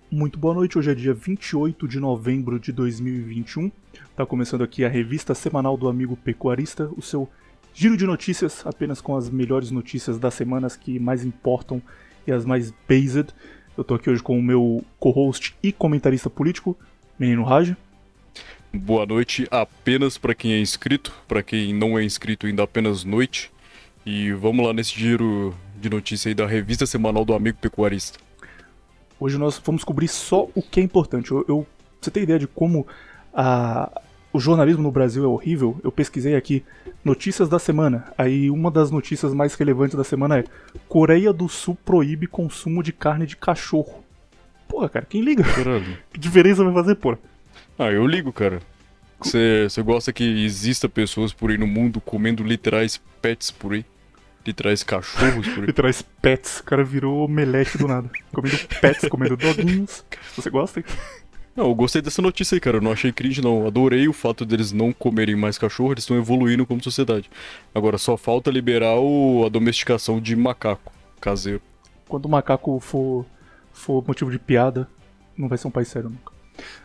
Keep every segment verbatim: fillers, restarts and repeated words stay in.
Muito boa noite, hoje é dia vinte e oito de novembro de dois mil e vinte e um. Tá começando aqui a revista semanal do Amigo Pecuarista, o seu giro de notícias, apenas com as melhores notícias das semanas que mais importam e as mais based. Eu tô aqui hoje com o meu co-host e comentarista político, Menino Raj. Boa noite apenas para quem é inscrito, para quem não é inscrito ainda apenas noite. E vamos lá nesse giro de notícias aí da revista semanal do Amigo Pecuarista. Hoje nós vamos cobrir só o que é importante. Eu, eu, você tem ideia de como a, o jornalismo no Brasil é horrível? Eu pesquisei aqui notícias da semana. Aí uma das notícias mais relevantes da semana é: Coreia do Sul proíbe consumo de carne de cachorro. Porra, cara, quem liga? Caralho. Que diferença vai fazer, porra? Ah, eu ligo, cara. Você gosta que exista pessoas por aí no mundo comendo literais pets por aí? Literais cachorros por aí? Literais pets. O cara virou omelete do nada. Comendo pets, comendo doguinhos. Você gosta? Não, eu gostei dessa notícia aí, cara. Eu não achei cringe, não. Adorei o fato deles não comerem mais cachorro. Eles estão evoluindo como sociedade. Agora, só falta liberar o... a domesticação de macaco caseiro. Quando o macaco for, for motivo de piada, não vai ser um país sério nunca.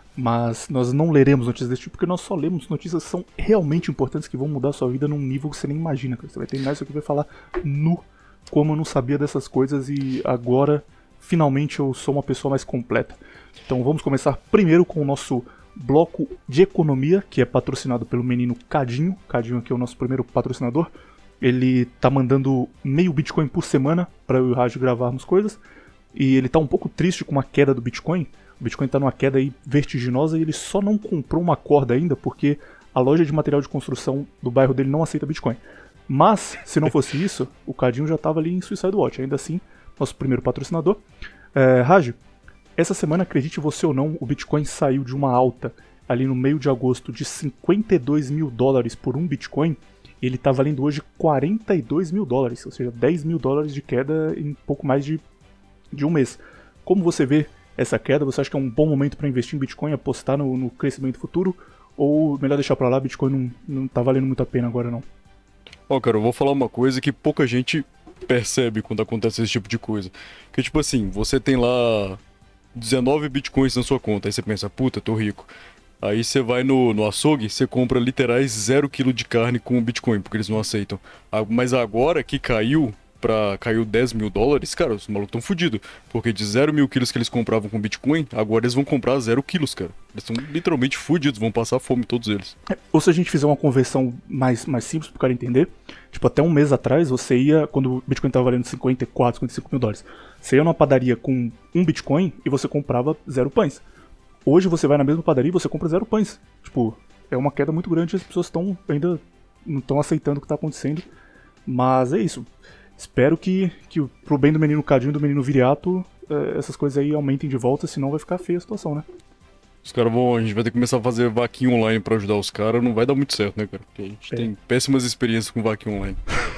Mas nós não leremos notícias desse tipo, porque nós só lemos notícias que são realmente importantes, que vão mudar a sua vida num nível que você nem imagina, cara. Você vai terminar isso aqui e vai falar nu, como eu não sabia dessas coisas e agora, finalmente, eu sou uma pessoa mais completa. Então vamos começar primeiro com o nosso bloco de economia, que é patrocinado pelo menino Cadinho. Cadinho aqui é o nosso primeiro patrocinador. Ele tá mandando meio Bitcoin por semana para eu e o Raj gravarmos coisas. E ele tá um pouco triste com a queda do Bitcoin. O Bitcoin tá numa queda aí vertiginosa e ele só não comprou uma corda ainda porque a loja de material de construção do bairro dele não aceita Bitcoin. Mas, se não fosse isso, o Cadinho já tava ali em Suicide Watch. Ainda assim, nosso primeiro patrocinador. É, Raj, essa semana, acredite você ou não, o Bitcoin saiu de uma alta ali no meio de agosto de cinquenta e dois mil dólares por um Bitcoin. E ele tá valendo hoje quarenta e dois mil dólares, ou seja, dez mil dólares de queda em pouco mais de, de um mês. Como você vê essa queda? Você acha que é um bom momento para investir em Bitcoin, apostar no, no crescimento futuro? Ou melhor deixar pra lá, Bitcoin não, não tá valendo muito a pena agora não? Ó, cara, eu vou falar uma coisa que pouca gente percebe quando acontece esse tipo de coisa. Que tipo assim, você tem lá dezenove Bitcoins na sua conta, aí você pensa, puta, tô rico. Aí você vai no, no açougue, você compra literais zero quilo de carne com Bitcoin, porque eles não aceitam. Ah, mas agora que caiu... Pra, caiu dez mil dólares, cara, os malucos tão fodidos. Porque de zero mil quilos que eles compravam com Bitcoin, agora eles vão comprar zero quilos, cara. Eles estão literalmente fodidos, vão passar fome todos eles. É, ou se a gente fizer uma conversão mais, mais simples pro cara entender, tipo, até um mês atrás, você ia, quando o Bitcoin tava valendo cinquenta e quatro, cinquenta e cinco mil dólares, você ia numa padaria com um Bitcoin e você comprava zero pães. Hoje você vai na mesma padaria e você compra zero pães. Tipo, é uma queda muito grande e as pessoas estão ainda não estão aceitando o que tá acontecendo. Mas é isso. Espero que, que pro bem do menino Cadinho e do menino Viriato, eh, essas coisas aí aumentem de volta, senão vai ficar feia a situação, né? Os caras vão, a gente vai ter que começar a fazer vaquinha online pra ajudar os caras, não vai dar muito certo, né, cara? Porque a gente é. tem péssimas experiências com vaquinha online.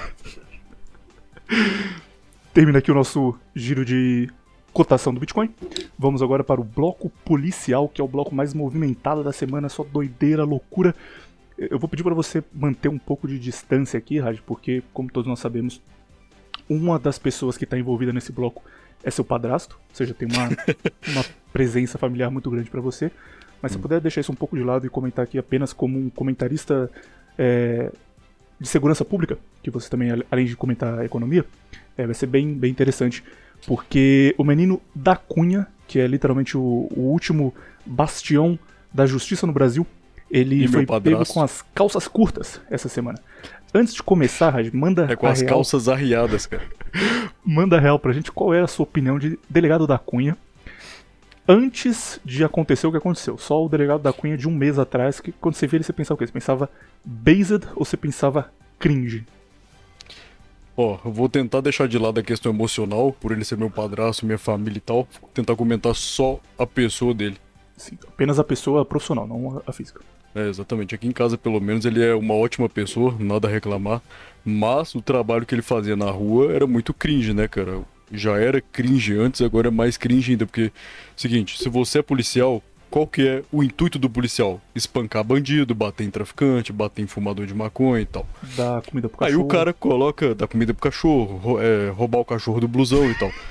Termina aqui o nosso giro de cotação do Bitcoin. Vamos agora para o bloco policial, que é o bloco mais movimentado da semana, só doideira, loucura. Eu vou pedir para você manter um pouco de distância aqui, Raj, porque, como todos nós sabemos, uma das pessoas que está envolvida nesse bloco é seu padrasto, ou seja, tem uma, uma presença familiar muito grande para você. Mas se hum. puder deixar isso um pouco de lado e comentar aqui apenas como um comentarista é, de segurança pública, que você também, além de comentar a economia, é, vai ser bem, bem interessante. Porque o menino da Cunha, que é literalmente o, o último bastião da justiça no Brasil, ele e foi pego com as calças curtas essa semana. Antes de começar, Raj, manda É com a as real, calças arriadas, cara. Manda real pra gente qual era a sua opinião de delegado da Cunha antes de acontecer o que aconteceu. Só o delegado da Cunha de um mês atrás, que quando você via ele, você pensava o quê? Você pensava based ou você pensava cringe? Ó, eu vou tentar deixar de lado a questão emocional, por ele ser meu padrasto, minha família e tal. Vou tentar comentar só a pessoa dele. Sim, apenas a pessoa profissional, não a física. É, exatamente. Aqui em casa, pelo menos, ele é uma ótima pessoa, nada a reclamar. Mas o trabalho que ele fazia na rua era muito cringe, né, cara? Já era cringe antes, agora é mais cringe ainda. Porque, seguinte, se você é policial, qual que é o intuito do policial? Espancar bandido, bater em traficante, bater em fumador de maconha e tal. Dar comida pro cachorro. Aí o cara coloca, dá comida pro cachorro, rou- é, roubar o cachorro do blusão e tal.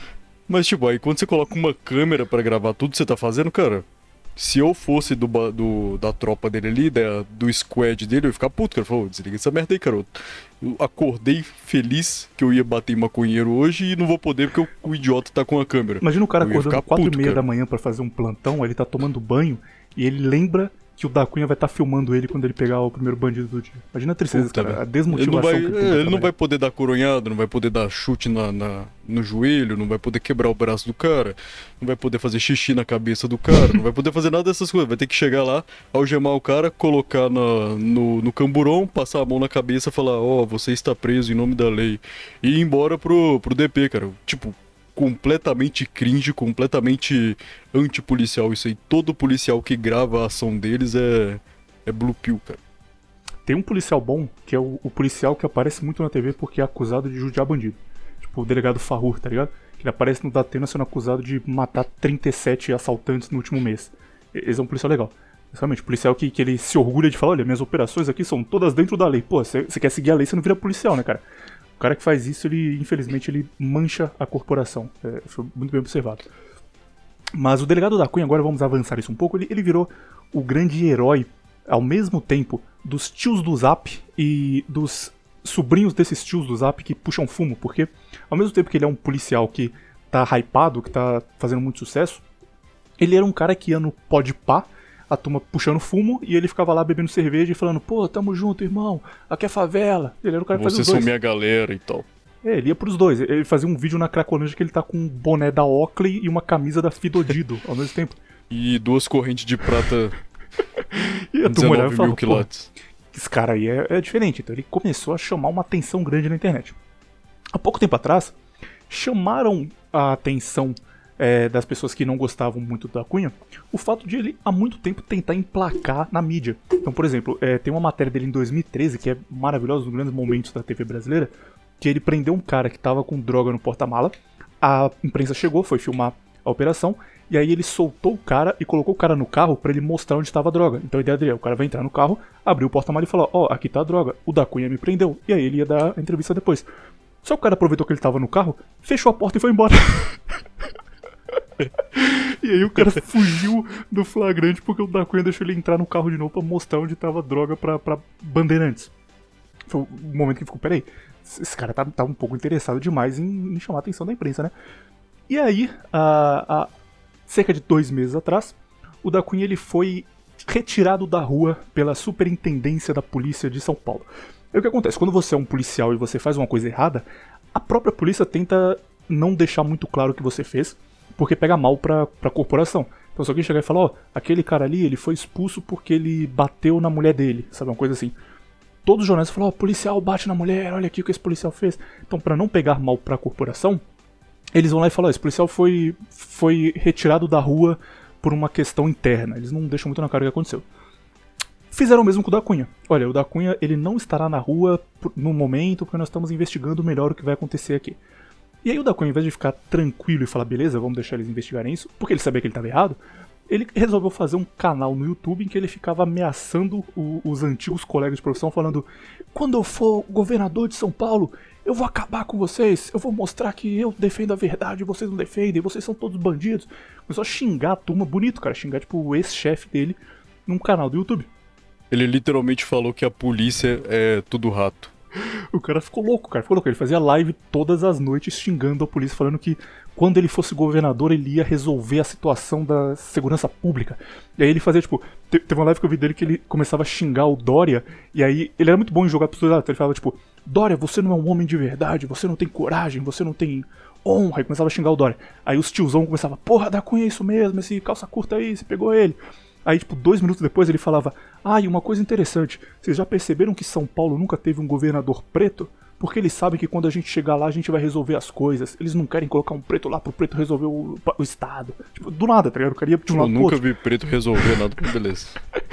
Mas, tipo, aí quando você coloca uma câmera pra gravar tudo que você tá fazendo, cara, se eu fosse do, ba- do- da tropa dele ali, da- do squad dele, eu ia ficar puto, cara. Falou, desliga essa merda aí, cara. Eu acordei feliz que eu ia bater em maconheiro hoje e não vou poder porque o, o idiota tá com a câmera. Imagina o cara Eu ia acordando ficar quatro e puto, meia cara. da manhã pra fazer um plantão, aí ele tá tomando banho e ele lembra que o da Cunha vai estar filmando ele quando ele pegar o primeiro bandido do dia. Imagina a tristeza, Puta, cara, a velho. desmotivação Ele não vai, que ele tem é, pra ele não vai trabalhar. poder dar coronhada, não vai poder dar chute na, na- no joelho, não vai poder quebrar o braço do cara, não vai poder fazer xixi na cabeça do cara, não vai poder fazer nada dessas coisas. Vai ter que chegar lá, algemar o cara, colocar na- no, no camburão, passar a mão na cabeça e falar: Ó, você está preso em nome da lei. E ir embora pro, pro D P, cara. Tipo, completamente cringe, completamente antipolicial isso aí. Todo policial que grava a ação deles é, é blue pill, cara. Tem um policial bom, que é o, o policial que aparece muito na T V porque é acusado de judiar bandido. Tipo, o delegado Farrur, tá ligado? Que ele aparece no Datena sendo acusado de matar trinta e sete assaltantes no último mês. E- Esse é um policial legal. Realmente, policial que, que ele se orgulha de falar: olha, minhas operações aqui são todas dentro da lei. Pô, você quer seguir a lei, você não vira policial, né, cara? O cara que faz isso, ele, infelizmente, ele mancha a corporação. É, foi muito bem observado. Mas o delegado da Cunha, agora vamos avançar isso um pouco, ele, ele virou o grande herói, ao mesmo tempo, dos tios do Zap e dos sobrinhos desses tios do Zap que puxam fumo, porque ao mesmo tempo que ele é um policial que tá hypado, que tá fazendo muito sucesso, ele era um cara que ia no Podpah, a turma puxando fumo, e ele ficava lá bebendo cerveja e falando: pô, tamo junto, irmão, aqui é favela. Ele era o cara que fazia Vocês os são dois. minha galera e tal. É, ele ia pros dois. Ele fazia um vídeo na Cracolândia que ele tá com um boné da Oakley e uma camisa da Fidodido ao mesmo tempo. E duas correntes de prata E a turma olhava e dezenove falava: mil pô, quilates. esse cara aí é, é diferente. Então ele começou a chamar uma atenção grande na internet. Há pouco tempo atrás, chamaram a atenção é, das pessoas que não gostavam muito da Cunha o fato de ele há muito tempo tentar emplacar na mídia. Então, por exemplo, é, tem uma matéria dele em dois mil e treze que é maravilhosa, um dos grandes momentos da T V brasileira, que ele prendeu um cara que tava com droga no porta-mala. A imprensa chegou, foi filmar a operação, e aí ele soltou o cara e colocou o cara no carro pra ele mostrar onde estava a droga. Então a ideia dele é: o cara vai entrar no carro, abrir o porta-mala e falar: ó, oh, aqui tá a droga, o da Cunha me prendeu. E aí ele ia dar a entrevista depois. Só que o cara aproveitou que ele tava no carro, fechou a porta e foi embora. E aí o cara fugiu do flagrante porque o da Cunha deixou ele entrar no carro de novo pra mostrar onde tava a droga pra, pra bandeirantes. Foi o momento que ficou: peraí, esse cara tá, tá um pouco interessado demais em, em chamar a atenção da imprensa, né? E aí, há, há cerca de dois meses atrás, o da Cunha ele foi retirado da rua pela Superintendência da Polícia de São Paulo. Aí o que acontece? Quando você é um policial e você faz uma coisa errada, a própria polícia tenta não deixar muito claro o que você fez, porque pega mal pra, pra corporação. Então se alguém chegar e falar: ó, aquele cara ali, ele foi expulso porque ele bateu na mulher dele, sabe, uma coisa assim. Todos os jornais falam: ó, policial bate na mulher, olha aqui o que esse policial fez. Então, pra não pegar mal pra corporação, eles vão lá e falam: ó, esse policial foi, foi retirado da rua por uma questão interna. Eles não deixam muito na cara o que aconteceu. Fizeram o mesmo com o da Cunha. Olha, o da Cunha, ele não estará na rua no momento porque nós estamos investigando melhor o que vai acontecer aqui. E aí o da Cunha, ao invés de ficar tranquilo e falar: beleza, vamos deixar eles investigarem isso, porque ele sabia que ele estava errado, ele resolveu fazer um canal no YouTube em que ele ficava ameaçando o, os antigos colegas de profissão, falando: quando eu for governador de São Paulo, eu vou acabar com vocês, eu vou mostrar que eu defendo a verdade, vocês não defendem, vocês são todos bandidos. Começou a xingar a turma, bonito, cara, xingar tipo o ex-chefe dele num canal do YouTube. Ele literalmente falou que a polícia é tudo rato. O cara ficou louco, cara, ficou louco. Ele fazia live todas as noites xingando a polícia, falando que quando ele fosse governador ele ia resolver a situação da segurança pública. E aí ele fazia, tipo, te- teve uma live que eu vi dele que ele começava a xingar o Dória, e aí ele era muito bom em jogar pros dois lados. Então ele falava, tipo: Dória, você não é um homem de verdade, você não tem coragem, você não tem honra. Aí começava a xingar o Dória. Aí os tiozão começavam: porra, da Cunha é isso mesmo, esse calça curta aí, você pegou ele. Aí, tipo, dois minutos depois ele falava: ah, e uma coisa interessante, vocês já perceberam que São Paulo nunca teve um governador preto? Porque eles sabem que quando a gente chegar lá a gente vai resolver as coisas. Eles não querem colocar um preto lá pro preto resolver o, o estado. Tipo, do nada, tá ligado? Eu queria de um Eu lado pro nunca outro. vi preto resolver nada, mas beleza.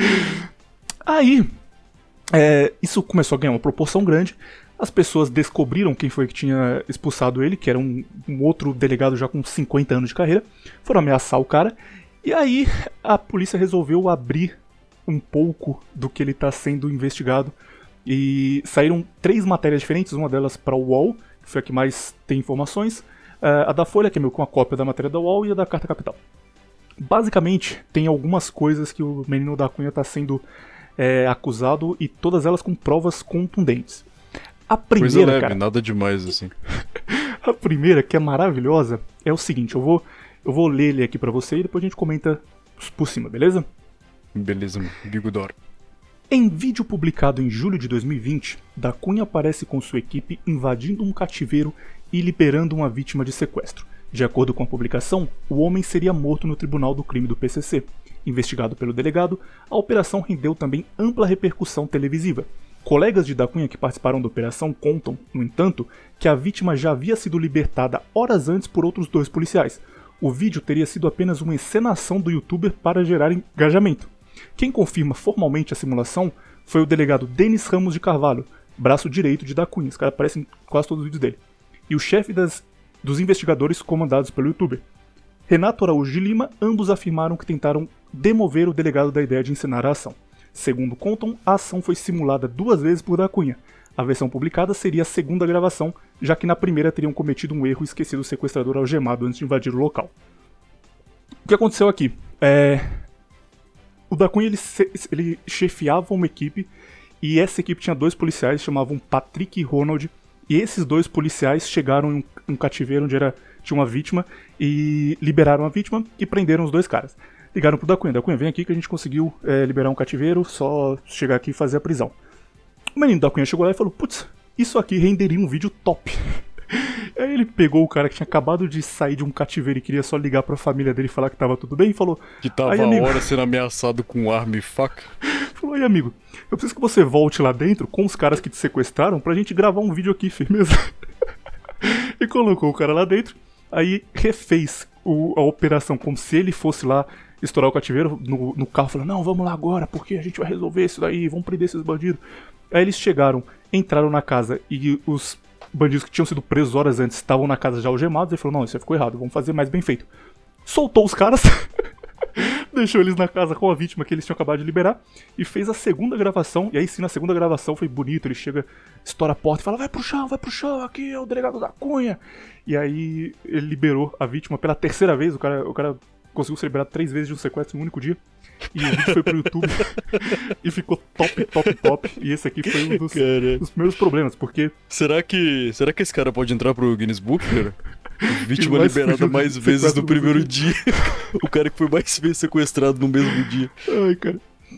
Aí, é, isso começou a ganhar uma proporção grande. As pessoas descobriram quem foi que tinha expulsado ele, que era um, um outro delegado já com cinquenta anos de carreira. Foram ameaçar o cara. E aí a polícia resolveu abrir um pouco do que ele está sendo investigado. E saíram três matérias diferentes, uma delas para o U O L, que foi a que mais tem informações. Uh, a da Folha, que é meio com a cópia da matéria da U O L, e a da Carta Capital. Basicamente, tem algumas coisas que o menino da Cunha está sendo é, acusado, e todas elas com provas contundentes. A primeira, Coisa leve, cara, nada demais, assim. a primeira, que é maravilhosa, é o seguinte, eu vou, eu vou ler ele aqui pra você e depois a gente comenta por cima, beleza? Beleza, mano. Bigodoro. Em vídeo publicado em julho de dois mil e vinte, da Cunha aparece com sua equipe invadindo um cativeiro e liberando uma vítima de sequestro. De acordo com a publicação, o homem seria morto no Tribunal do Crime do P C C. Investigado pelo delegado, a operação rendeu também ampla repercussão televisiva. Colegas de da Cunha que participaram da operação contam, no entanto, que a vítima já havia sido libertada horas antes por outros dois policiais. O vídeo teria sido apenas uma encenação do youtuber para gerar engajamento. Quem confirma formalmente a simulação foi o delegado Denis Ramos de Carvalho, braço direito de da Cunha. Esse cara aparece em quase todos os vídeos dele. E o chefe das, dos investigadores comandados pelo youtuber. Renato Araújo de Lima, ambos afirmaram que tentaram demover o delegado da ideia de encenar a ação. Segundo contam, a ação foi simulada duas vezes por da Cunha. A versão publicada seria a segunda gravação, já que na primeira teriam cometido um erro e esquecido o sequestrador algemado antes de invadir o local. O que aconteceu aqui? É... O da Cunha ele, ele chefiava uma equipe, e essa equipe tinha dois policiais, chamavam Patrick e Ronald, e esses dois policiais chegaram em um, um cativeiro onde era, tinha uma vítima, e liberaram a vítima e prenderam os dois caras. Ligaram pro da Cunha, da Cunha, vem aqui que a gente conseguiu é, liberar um cativeiro, só chegar aqui e fazer a prisão. O menino da Cunha chegou lá e falou, putz, isso aqui renderia um vídeo top. Aí ele pegou o cara que tinha acabado de sair de um cativeiro e queria só ligar pra família dele e falar que tava tudo bem, e falou... Que tava a hora sendo ameaçado com arma e faca. Falou, aí amigo, eu preciso que você volte lá dentro com os caras que te sequestraram pra gente gravar um vídeo aqui, firmeza? E colocou o cara lá dentro, aí refez o, a operação como se ele fosse lá estourar o cativeiro no, no carro, falando, não, vamos lá agora, porque a gente vai resolver isso daí, vamos prender esses bandidos. Aí eles chegaram, entraram na casa e os bandidos que tinham sido presos horas antes estavam na casa já algemados, e falou, não, isso aí ficou errado, vamos fazer mais bem feito. Soltou os caras, deixou eles na casa com a vítima que eles tinham acabado de liberar, e fez a segunda gravação, e aí sim, na segunda gravação foi bonito, ele chega, estoura a porta e fala, vai pro chão, vai pro chão, aqui é o delegado da Cunha. E aí ele liberou a vítima pela terceira vez, o cara, o cara conseguiu ser liberado três vezes de um sequestro em um único dia. E o vídeo foi pro YouTube e ficou top, top, top. E esse aqui foi um dos, dos primeiros problemas, porque... Será que, será que esse cara pode entrar pro Guinness Book, cara? Vítima liberada mais vezes no primeiro dia. O cara que foi mais vezes sequestrado no mesmo dia. Ai, cara.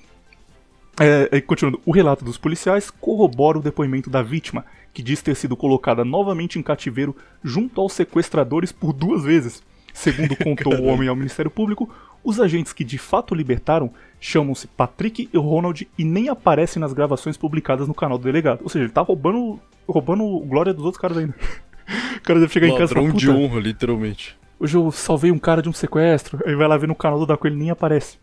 É, é, continuando, o relato dos policiais corrobora o depoimento da vítima, que diz ter sido colocada novamente em cativeiro junto aos sequestradores por duas vezes. Segundo contou o homem ao Ministério Público, os agentes que de fato o libertaram chamam-se Patrick e Ronald e nem aparecem nas gravações publicadas no canal do delegado. Ou seja, ele tá roubando, roubando glória dos outros caras ainda. O cara deve chegar em casa e falar, ladrão de honra, literalmente. Hoje eu salvei um cara de um sequestro. Aí vai lá ver no canal do Daco, ele nem aparece.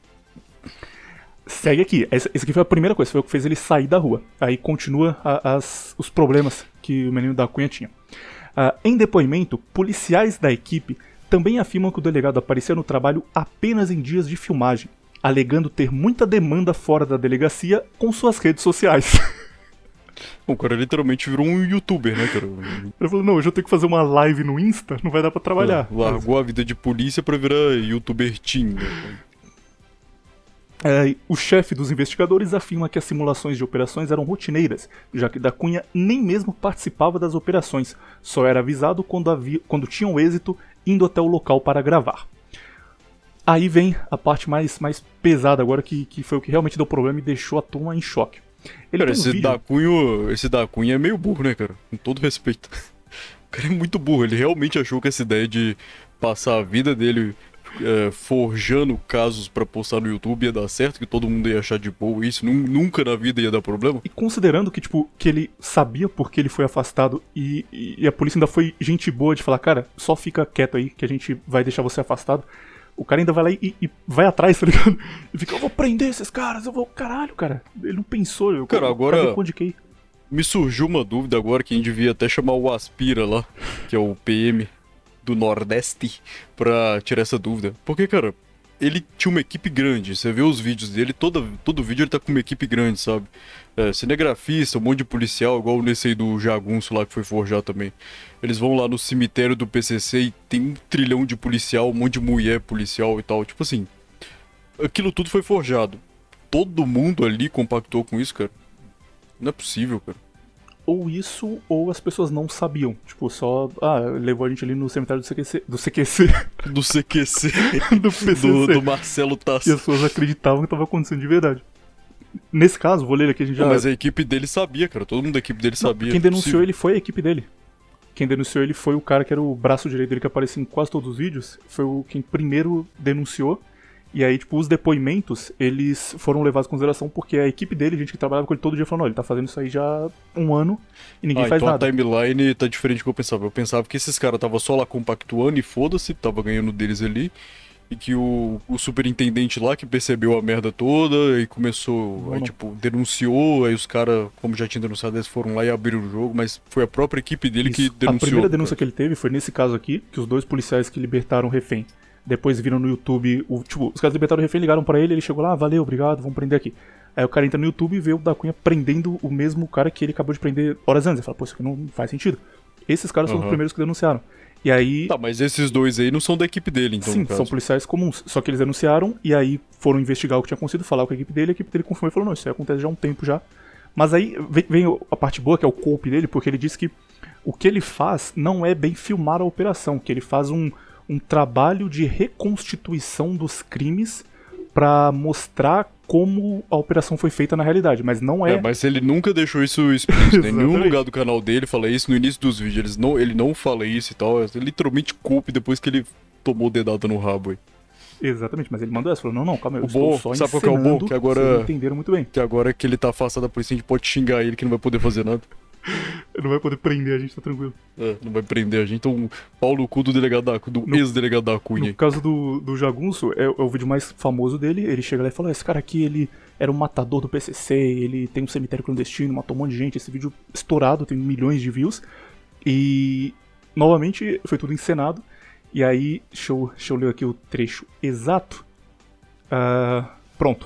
Segue aqui. Esse aqui foi a primeira coisa, foi o que fez ele sair da rua. Aí continua a, as, os problemas que o menino da Cunha tinha. Uh, em depoimento, policiais da equipe também afirmam que o delegado aparecia no trabalho apenas em dias de filmagem, alegando ter muita demanda fora da delegacia com suas redes sociais. O cara literalmente virou um youtuber, né, cara? Ele falou, não, hoje eu tenho que fazer uma live no Insta, não vai dar pra trabalhar. É, largou a vida de polícia pra virar youtuber teen, né? É, o chefe dos investigadores afirma que as simulações de operações eram rotineiras, já que da Cunha nem mesmo participava das operações, só era avisado quando, havia, quando tinham êxito indo até o local para gravar. Aí vem a parte mais, mais pesada agora, que, que foi o que realmente deu problema e deixou a turma em choque. Ele cara, um esse, vídeo... da Cunha, esse da Cunha é meio burro, né, cara? Com todo respeito. O cara é muito burro, ele realmente achou que essa ideia de passar a vida dele... É, forjando casos pra postar no YouTube ia dar certo, que todo mundo ia achar de boa isso, nunca na vida ia dar problema. E considerando que, tipo, que ele sabia porque ele foi afastado e, e a polícia ainda foi gente boa de falar, cara, só fica quieto aí que a gente vai deixar você afastado, o cara ainda vai lá e, e vai atrás, tá ligado? E fica, eu vou prender esses caras, eu vou, caralho, cara, ele não pensou, eu, cara, agora cadê me surgiu uma dúvida agora, que a gente devia até chamar o Aspira lá, que é o P M do Nordeste, pra tirar essa dúvida. Porque, cara, ele tinha uma equipe grande. Você vê os vídeos dele, todo, todo vídeo ele tá com uma equipe grande, sabe? É, cinegrafista, um monte de policial, igual nesse aí do Jagunço lá que foi forjado também. Eles vão lá no cemitério do P C C e tem um trilhão de policial, um monte de mulher policial e tal. Tipo assim, aquilo tudo foi forjado. Todo mundo ali compactou com isso, cara. Não é possível, cara. Ou isso, ou as pessoas não sabiam. Tipo, só... Ah, levou a gente ali no cemitério do C Q C. Do C Q C. Do C Q C. do P C C. Do, do Marcelo Tassi. E as pessoas acreditavam que estava acontecendo de verdade. Nesse caso, vou ler aqui, a gente já... Não, mas a equipe dele sabia, cara. Todo mundo da equipe dele sabia. Não, quem denunciou possível. ele foi a equipe dele. Quem denunciou ele foi o cara que era o braço direito dele, que aparecia em quase todos os vídeos. Foi o quem primeiro denunciou. E aí, tipo, os depoimentos, eles foram levados em consideração porque a equipe dele, gente que trabalhava com ele todo dia, falou, não, ele tá fazendo isso aí já há um ano e ninguém ah, faz então nada. A timeline tá diferente do que eu pensava. Eu pensava que esses caras estavam só lá compactuando e foda-se, tava ganhando deles ali. E que o, o superintendente lá que percebeu a merda toda e começou, não, aí, não. tipo, denunciou, aí os caras, como já tinham denunciado, eles foram lá e abriram o jogo, mas foi a própria equipe dele Isso. que denunciou. A primeira denúncia cara. que ele teve foi nesse caso aqui, que os dois policiais que libertaram o refém, depois viram no YouTube, o, tipo, os caras libertaram o refém, ligaram pra ele, ele chegou lá, ah, valeu, obrigado, vamos prender aqui. Aí o cara entra no YouTube e vê o da Cunha prendendo o mesmo cara que ele acabou de prender horas antes. Ele fala, pô, isso aqui não faz sentido. Esses caras Uhum. foram os primeiros que denunciaram. E aí... Tá, mas esses dois aí não são da equipe dele, então. Sim, no caso. são policiais comuns. Só que eles denunciaram e aí foram investigar o que tinha acontecido, falar com a equipe dele, a equipe dele confirmou e falou, não, isso aí acontece já há um tempo já. Mas aí vem, vem a parte boa, que é o golpe dele, porque ele disse que o que ele faz não é bem filmar a operação, que ele faz um, um trabalho de reconstituição dos crimes pra mostrar como a operação foi feita na realidade, mas não é... É, mas ele nunca deixou isso explícito, né? Em nenhum Exatamente. lugar do canal dele fala isso, no início dos vídeos eles não, ele não fala isso e tal, é literalmente culpa depois que ele tomou dedada no rabo aí. Exatamente, mas ele mandou essa, falou, não, não, calma aí, eu O estou bom, só sabe qual que é o bom? encenando, Que agora- vocês não entenderam muito bem. Que agora que ele tá afastado da polícia, a gente pode xingar ele que não vai poder fazer nada. Ele não vai poder prender, a gente tá tranquilo. É, não vai prender a gente, então pau no cu do delegado da, do No- ex-delegado da Cunha. No caso do, do Jagunço, é, é o vídeo mais famoso dele. Ele chega lá e fala: esse cara aqui, ele era um matador do P C C, ele tem um cemitério clandestino, matou um monte de gente. Esse vídeo estourado, tem milhões de views. E, novamente, foi tudo encenado. E aí, deixa eu, deixa eu ler aqui o trecho exato. Ah, pronto.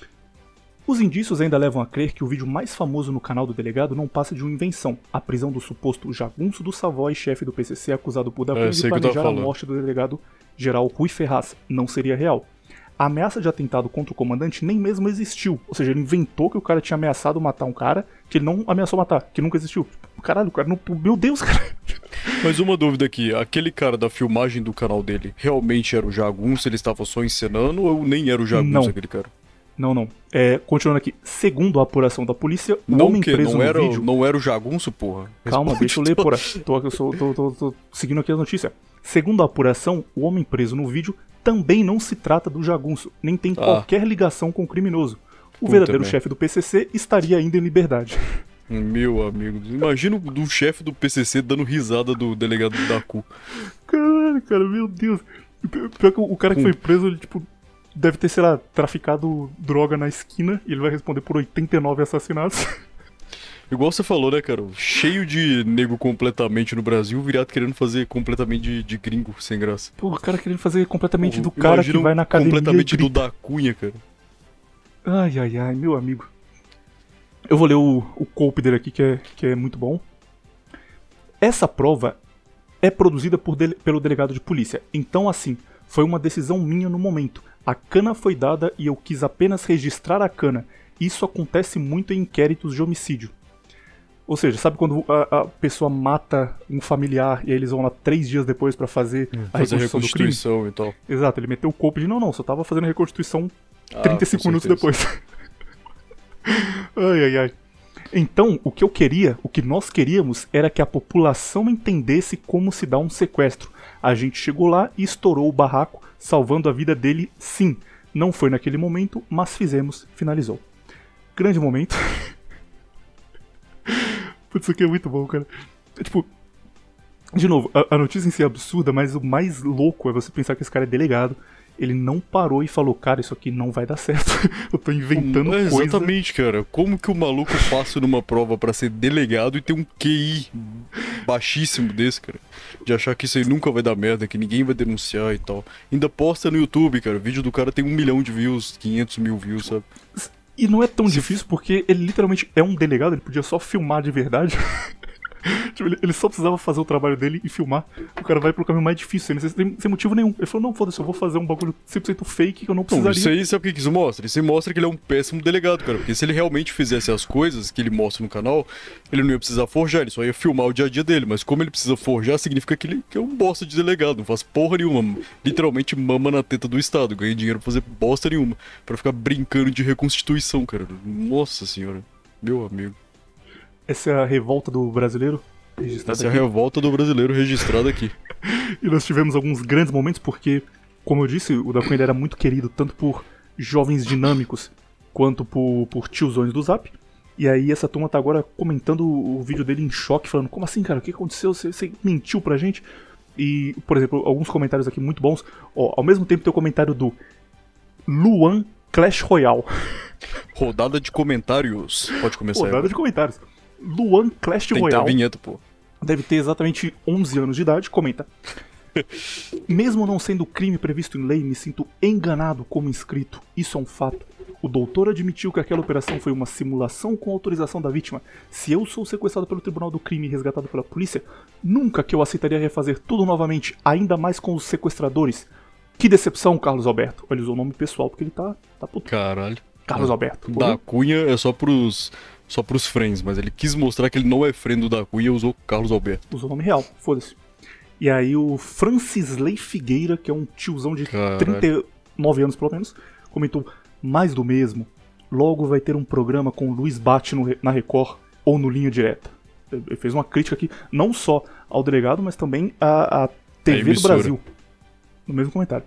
Os indícios ainda levam a crer que o vídeo mais famoso no canal do delegado não passa de uma invenção. A prisão do suposto Jagunço do Savoy, chefe do P C C, acusado por da Cunha É, de sei que eu tava planejar a falando. morte do delegado geral Rui Ferraz. Não seria real. A ameaça de atentado contra o comandante nem mesmo existiu. Ou seja, ele inventou que o cara tinha ameaçado matar um cara que ele não ameaçou matar, que nunca existiu. Caralho, o cara não... Meu Deus, cara. Mas uma dúvida aqui, aquele cara da filmagem do canal dele realmente era o Jagunço, ele estava só encenando ou nem era o Jagunço Não. aquele cara? Não, não. É, continuando aqui. Segundo a apuração da polícia, o Não homem que preso não no era, vídeo... não era o Jagunço, porra? Calma, Responde deixa eu ler, então. porra. Tô, eu sou- tô, tô- tô seguindo aqui a notícia. Segundo a apuração, o homem preso no vídeo também não se trata do Jagunço, nem tem Ah. qualquer ligação com o criminoso. O Puta verdadeiro merda. chefe do P C C estaria ainda em liberdade. Meu amigo, imagina o do chefe do P C C dando risada do delegado da Cu. Caralho, cara, meu Deus. Pior que o cara que Hum. foi preso, ele, tipo, deve ter, sei lá, traficado droga na esquina e ele vai responder por oitenta e nove assassinatos. Igual você falou, né, cara? Cheio de nego completamente no Brasil, virado querendo fazer completamente de, de gringo, sem graça. Pô, o cara querendo fazer completamente do Pô, cara que imagina vai na academia. completamente e do grita. da Cunha, cara. Ai, ai, ai, meu amigo. Eu vou ler o, o cope dele aqui, que é, que é muito bom. Essa prova é produzida por dele- pelo delegado de polícia. Então, assim, foi uma decisão minha no momento. A cana foi dada e eu quis apenas registrar a cana. Isso acontece muito em inquéritos de homicídio. Ou seja, sabe quando a, a pessoa mata um familiar e aí eles vão lá três dias depois pra fazer a Fazer reconstrução do crime? reconstituição e tal. Exato, ele meteu o cope de não, não, só tava fazendo a reconstituição Ah, trinta e cinco com minutos certeza. depois. Ai, ai, ai. Então, o que eu queria, o que nós queríamos, era que a população entendesse como se dá um sequestro. A gente chegou lá e estourou o barraco, salvando a vida dele, sim. Não foi naquele momento, mas fizemos, finalizou. Grande momento. Putz, isso aqui é muito bom, cara. É, tipo, de novo, a, a notícia em si é absurda, mas o mais louco é você pensar que esse cara é delegado. Ele não parou e falou, cara, isso aqui não vai dar certo. Eu tô inventando É, coisa. exatamente, cara. Como que o maluco passa numa prova pra ser delegado e ter um Q I baixíssimo desse, cara? De achar que isso aí nunca vai dar merda, que ninguém vai denunciar e tal. Ainda posta no YouTube, cara. O vídeo do cara tem um milhão de views, quinhentos mil views, sabe? E não é tão Se- difícil porque ele literalmente é um delegado, ele podia só filmar de verdade. Tipo, ele, ele só precisava fazer o trabalho dele e filmar. O cara vai pro caminho mais difícil, sem, sem, sem motivo nenhum. Ele falou, não, foda-se, eu vou fazer um bagulho cem por cento fake que eu não Não, precisaria. isso aí sabe o que que isso mostra? Isso aí mostra que ele é um péssimo delegado, cara. Porque se ele realmente fizesse as coisas que ele mostra no canal, ele não ia precisar forjar, ele só ia filmar o dia a dia dele. Mas como ele precisa forjar, significa que ele que é um bosta de delegado, não faz porra nenhuma. Literalmente mama na teta do Estado, ganha dinheiro pra fazer bosta nenhuma. Pra ficar brincando de reconstituição, cara. Nossa senhora. Meu amigo. Essa é a revolta do brasileiro. Registrada Essa é a aqui. revolta do brasileiro registrada aqui. E nós tivemos alguns grandes momentos porque, como eu disse, o Da Cunha ele era muito querido tanto por jovens dinâmicos quanto por, por tiozões do Zap. E aí essa turma tá agora comentando o vídeo dele em choque, falando, como assim, cara, o que aconteceu? Você, você mentiu pra gente? E, por exemplo, alguns comentários aqui muito bons. Ó, ao mesmo tempo tem o comentário do Luan Clash Royale. Rodada de comentários. Pode começar Rodada agora. de comentários. Luan Clash Tem que ter a Royale. vinheta, pô. Deve ter exatamente onze anos de idade, comenta. Mesmo não sendo crime previsto em lei, me sinto enganado como inscrito. Isso é um fato. O doutor admitiu que aquela operação foi uma simulação com autorização da vítima. Se eu sou sequestrado pelo Tribunal do Crime e resgatado pela polícia, nunca que eu aceitaria refazer tudo novamente, ainda mais com os sequestradores. Que decepção, Carlos Alberto. Ele usou o nome pessoal porque ele tá, tá puto. Caralho. Carlos Alberto. Da Cunha é só pros, só pros friends, mas ele quis mostrar que ele não é friend do Da Cunha e usou Carlos Alberto. Usou o nome real, foda-se. E aí o Francisley Figueira, que é um tiozão de Caralho. trinta e nove anos pelo menos, comentou, mais do mesmo. Logo vai ter um programa com o Luiz Bate no, na Record ou no Linha Direta. Ele fez uma crítica aqui, não só ao delegado, mas também à, à T V do emissora. Brasil. No mesmo comentário.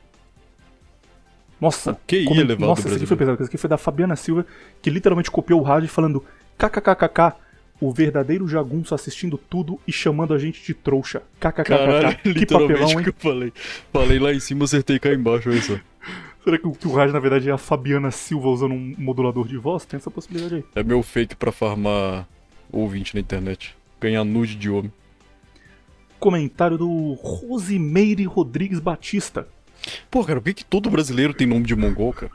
Nossa, O que ia coment- levar Nossa, do esse aqui Brasil? foi pesado. Esse aqui foi da Fabiana Silva, que literalmente copiou o rádio falando kkkk, o verdadeiro jagunço assistindo tudo e chamando a gente de trouxa. Caralho, Kkkk. Que literalmente papelão, o hein? que eu falei. Falei lá em cima, acertei cá embaixo, olha só. Será que o, que o rádio, na verdade, é a Fabiana Silva usando um modulador de voz? Tem essa possibilidade aí. É meu fake pra farmar ouvinte na internet. Ganhar nude de homem. Comentário do Rosimeire Rodrigues Batista. Pô, cara, por que, que todo brasileiro tem nome de mongol, cara?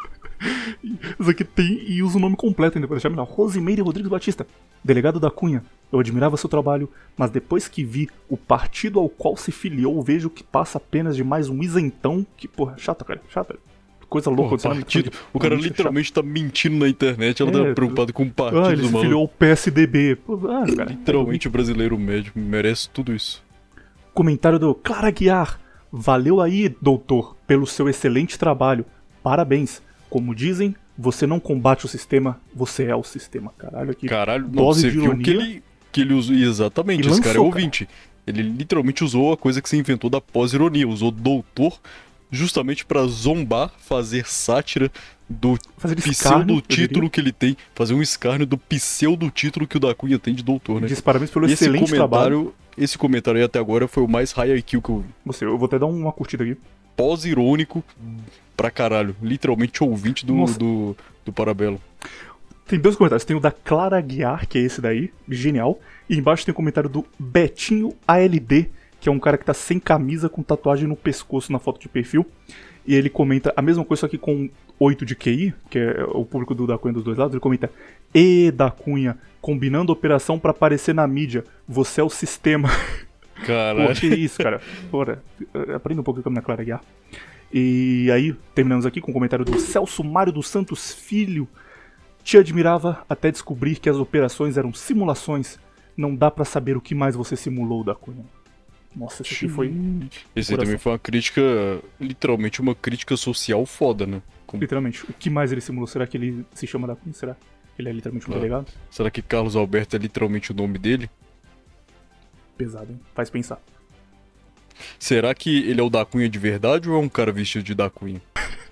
Isso aqui tem e usa o nome completo ainda pra deixar melhor. Rosimeire Rodrigues Batista, delegado da Cunha. Eu admirava seu trabalho, mas depois que vi o partido ao qual se filiou, vejo que passa apenas de mais um isentão. Que, porra, chato, cara, chato. Coisa louca. Porra, você não me partido. fala de O cara política, literalmente tá mentindo na internet, ela É, tá preocupada com o chato. partido Ah, ele do se maluco. filiou ao P S D B. Pô, ah, cara, Literalmente o brasileiro médio merece tudo isso. Comentário do Clara Guiar. Valeu aí, doutor, pelo seu excelente trabalho. Parabéns. Como dizem, você não combate o sistema, você é o sistema. Caralho, aqui. Caralho, não, dose você de viu ironia. que ele, que ele usou. Exatamente, E esse cara é lançou, ouvinte. Ele literalmente usou a coisa que você inventou da pós-ironia. Usou doutor justamente pra zombar, fazer sátira do Fazer escárnio, eu pseudo-título diria. que ele tem. Fazer um escárnio do pseudo-título que o Da Cunha tem de doutor, né? Diz parabéns pelo Esse excelente trabalho. comentário, esse comentário aí até agora foi o mais high I Q que eu vi. Você, eu vou até dar uma curtida aqui. Pós-irônico pra caralho. Literalmente ouvinte do, Nossa. do, do Parabelo. Tem dois comentários. Tem o da Clara Guiar, que é esse daí, genial. E embaixo tem o comentário do Betinho A L D, que é um cara que tá sem camisa, com tatuagem no pescoço na foto de perfil. E ele comenta a mesma coisa, só que com oito de Q I, que é o público do Da Cunha dos dois lados. Ele comenta: E Da Cunha, combinando operação pra aparecer na mídia. Você é o sistema. Caralho. Pô, que isso, cara. Bora, aprenda um pouco com a minha Clara Guiar. E aí, terminamos aqui com o comentário do Celso Mário dos Santos Filho. Te admirava até descobrir que as operações eram simulações. Não dá pra saber o que mais você simulou, Da Cunha. Nossa, esse aqui foi Esse aí coração. também foi uma crítica, literalmente uma crítica social foda, né? Como- literalmente. O que mais ele simulou? Será que ele se chama Da Cunha? Será? Ele é literalmente um Ah. delegado? Será que Carlos Alberto é literalmente o nome dele? Pesado, hein? Faz pensar. Será que ele é o Da Cunha de verdade ou é um cara vestido de Da Cunha?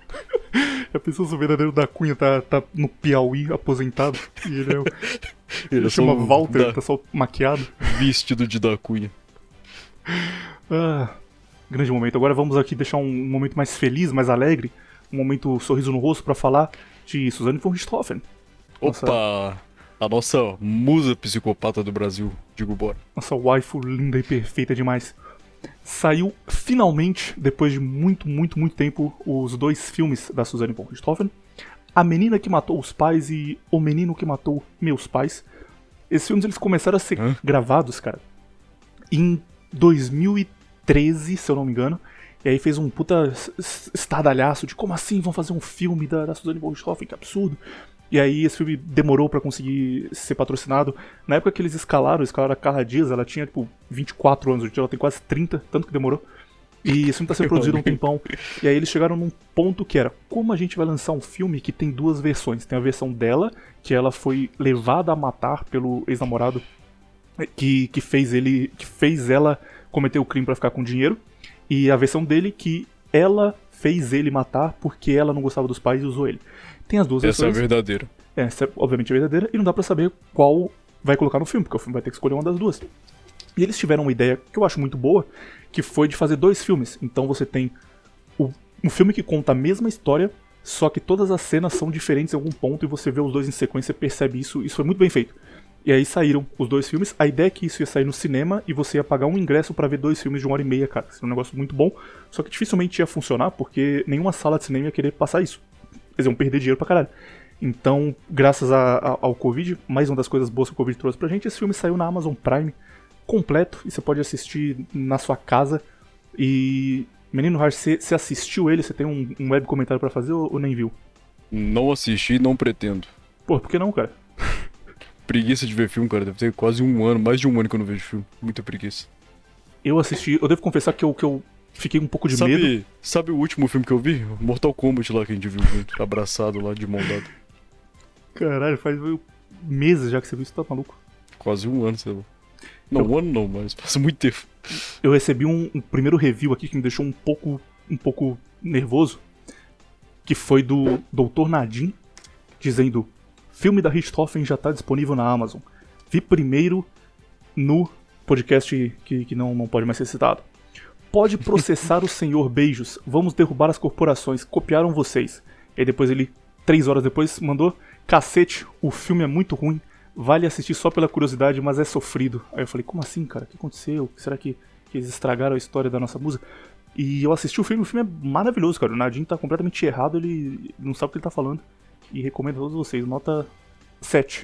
Já pensou se o verdadeiro Da Cunha tá, tá no Piauí, aposentado? E ele é o... Ele Ele é só chama um Walter, Da- tá só maquiado. vestido de Da Cunha. Ah, grande momento. Agora vamos aqui deixar um momento mais feliz, mais alegre. Um momento sorriso no rosto pra falar de Suzane von Richthofen. Nossa. Opa! A nossa musa psicopata do Brasil, digo bora. Nossa waifu linda e perfeita demais. saiu finalmente, depois de muito, muito, muito tempo, os dois filmes da Suzanne von Richthofen, A Menina que Matou os Pais e O Menino que Matou Meus Pais. Esses filmes eles começaram a ser Hã? gravados, cara, em dois mil e treze, se eu não me engano. E aí fez um puta estardalhaço de como assim vão fazer um filme da, da Suzanne von Richthofen, que absurdo. E aí esse filme demorou pra conseguir ser patrocinado. Na época que eles escalaram, escalaram a Carla Dias, ela tinha tipo vinte e quatro anos, hoje ela tem quase trinta, tanto que demorou. E esse filme tá sendo produzido há um tempão. E aí eles chegaram num ponto que era, como a gente vai lançar um filme que tem duas versões? Tem a versão dela, que ela foi levada a matar pelo ex-namorado que, que fez ele. que fez ela cometer o crime pra ficar com dinheiro. E a versão dele que ela fez ele matar porque ela não gostava dos pais e usou ele. Tem as duas Essa versões. é a verdadeira. Essa é obviamente a verdadeira, e não dá pra saber qual vai colocar no filme, porque o filme vai ter que escolher uma das duas. E eles tiveram uma ideia que eu acho muito boa, que foi de fazer dois filmes. Então você tem o, um filme que conta a mesma história, só que todas as cenas são diferentes em algum ponto, e você vê os dois em sequência e percebe isso. Isso foi muito bem feito. E aí saíram os dois filmes. A ideia é que isso ia sair no cinema e você ia pagar um ingresso pra ver dois filmes de uma hora e meia, cara. Isso é um negócio muito bom, só que dificilmente ia funcionar, porque nenhuma sala de cinema ia querer passar isso. Eles iam perder dinheiro pra caralho. Então, graças a, a, ao Covid, mais uma das coisas boas que o Covid trouxe pra gente, esse filme saiu na Amazon Prime, completo, e você pode assistir na sua casa. E, menino Harsh, você, você assistiu ele? Você tem um, um web comentário pra fazer ou, ou nem viu? Não assisti, não pretendo. Pô, por que não, cara? Preguiça de ver filme, cara. Deve ter quase um ano, mais de um ano que eu não vejo filme. Muita preguiça. Eu assisti, eu devo confessar que eu, que eu fiquei um pouco de sabe, medo. Sabe o último filme que eu vi? Mortal Kombat lá que a gente viu junto, abraçado lá, de mão dada. Caralho, faz meses já que você viu isso, tá maluco? Quase um ano, sei lá. Não, eu... um ano não, mas passa muito tempo. Eu recebi um, um primeiro review aqui que me deixou um pouco, um pouco nervoso, que foi do doutor Nadim, dizendo: filme da Richthofen já tá disponível na Amazon. Vi primeiro no podcast que, que não, não pode mais ser citado. Pode processar o senhor Beijos. Vamos derrubar as corporações. Copiaram vocês. E aí depois ele, três horas depois, mandou: cacete, o filme é muito ruim. Vale assistir só pela curiosidade, mas é sofrido. Aí eu falei: como assim, cara? O que aconteceu? Será que, que eles estragaram a história da nossa música? E eu assisti o filme, o filme é maravilhoso, cara. O Nadim tá completamente errado, ele não sabe o que ele tá falando. E recomendo a todos vocês. Nota sete.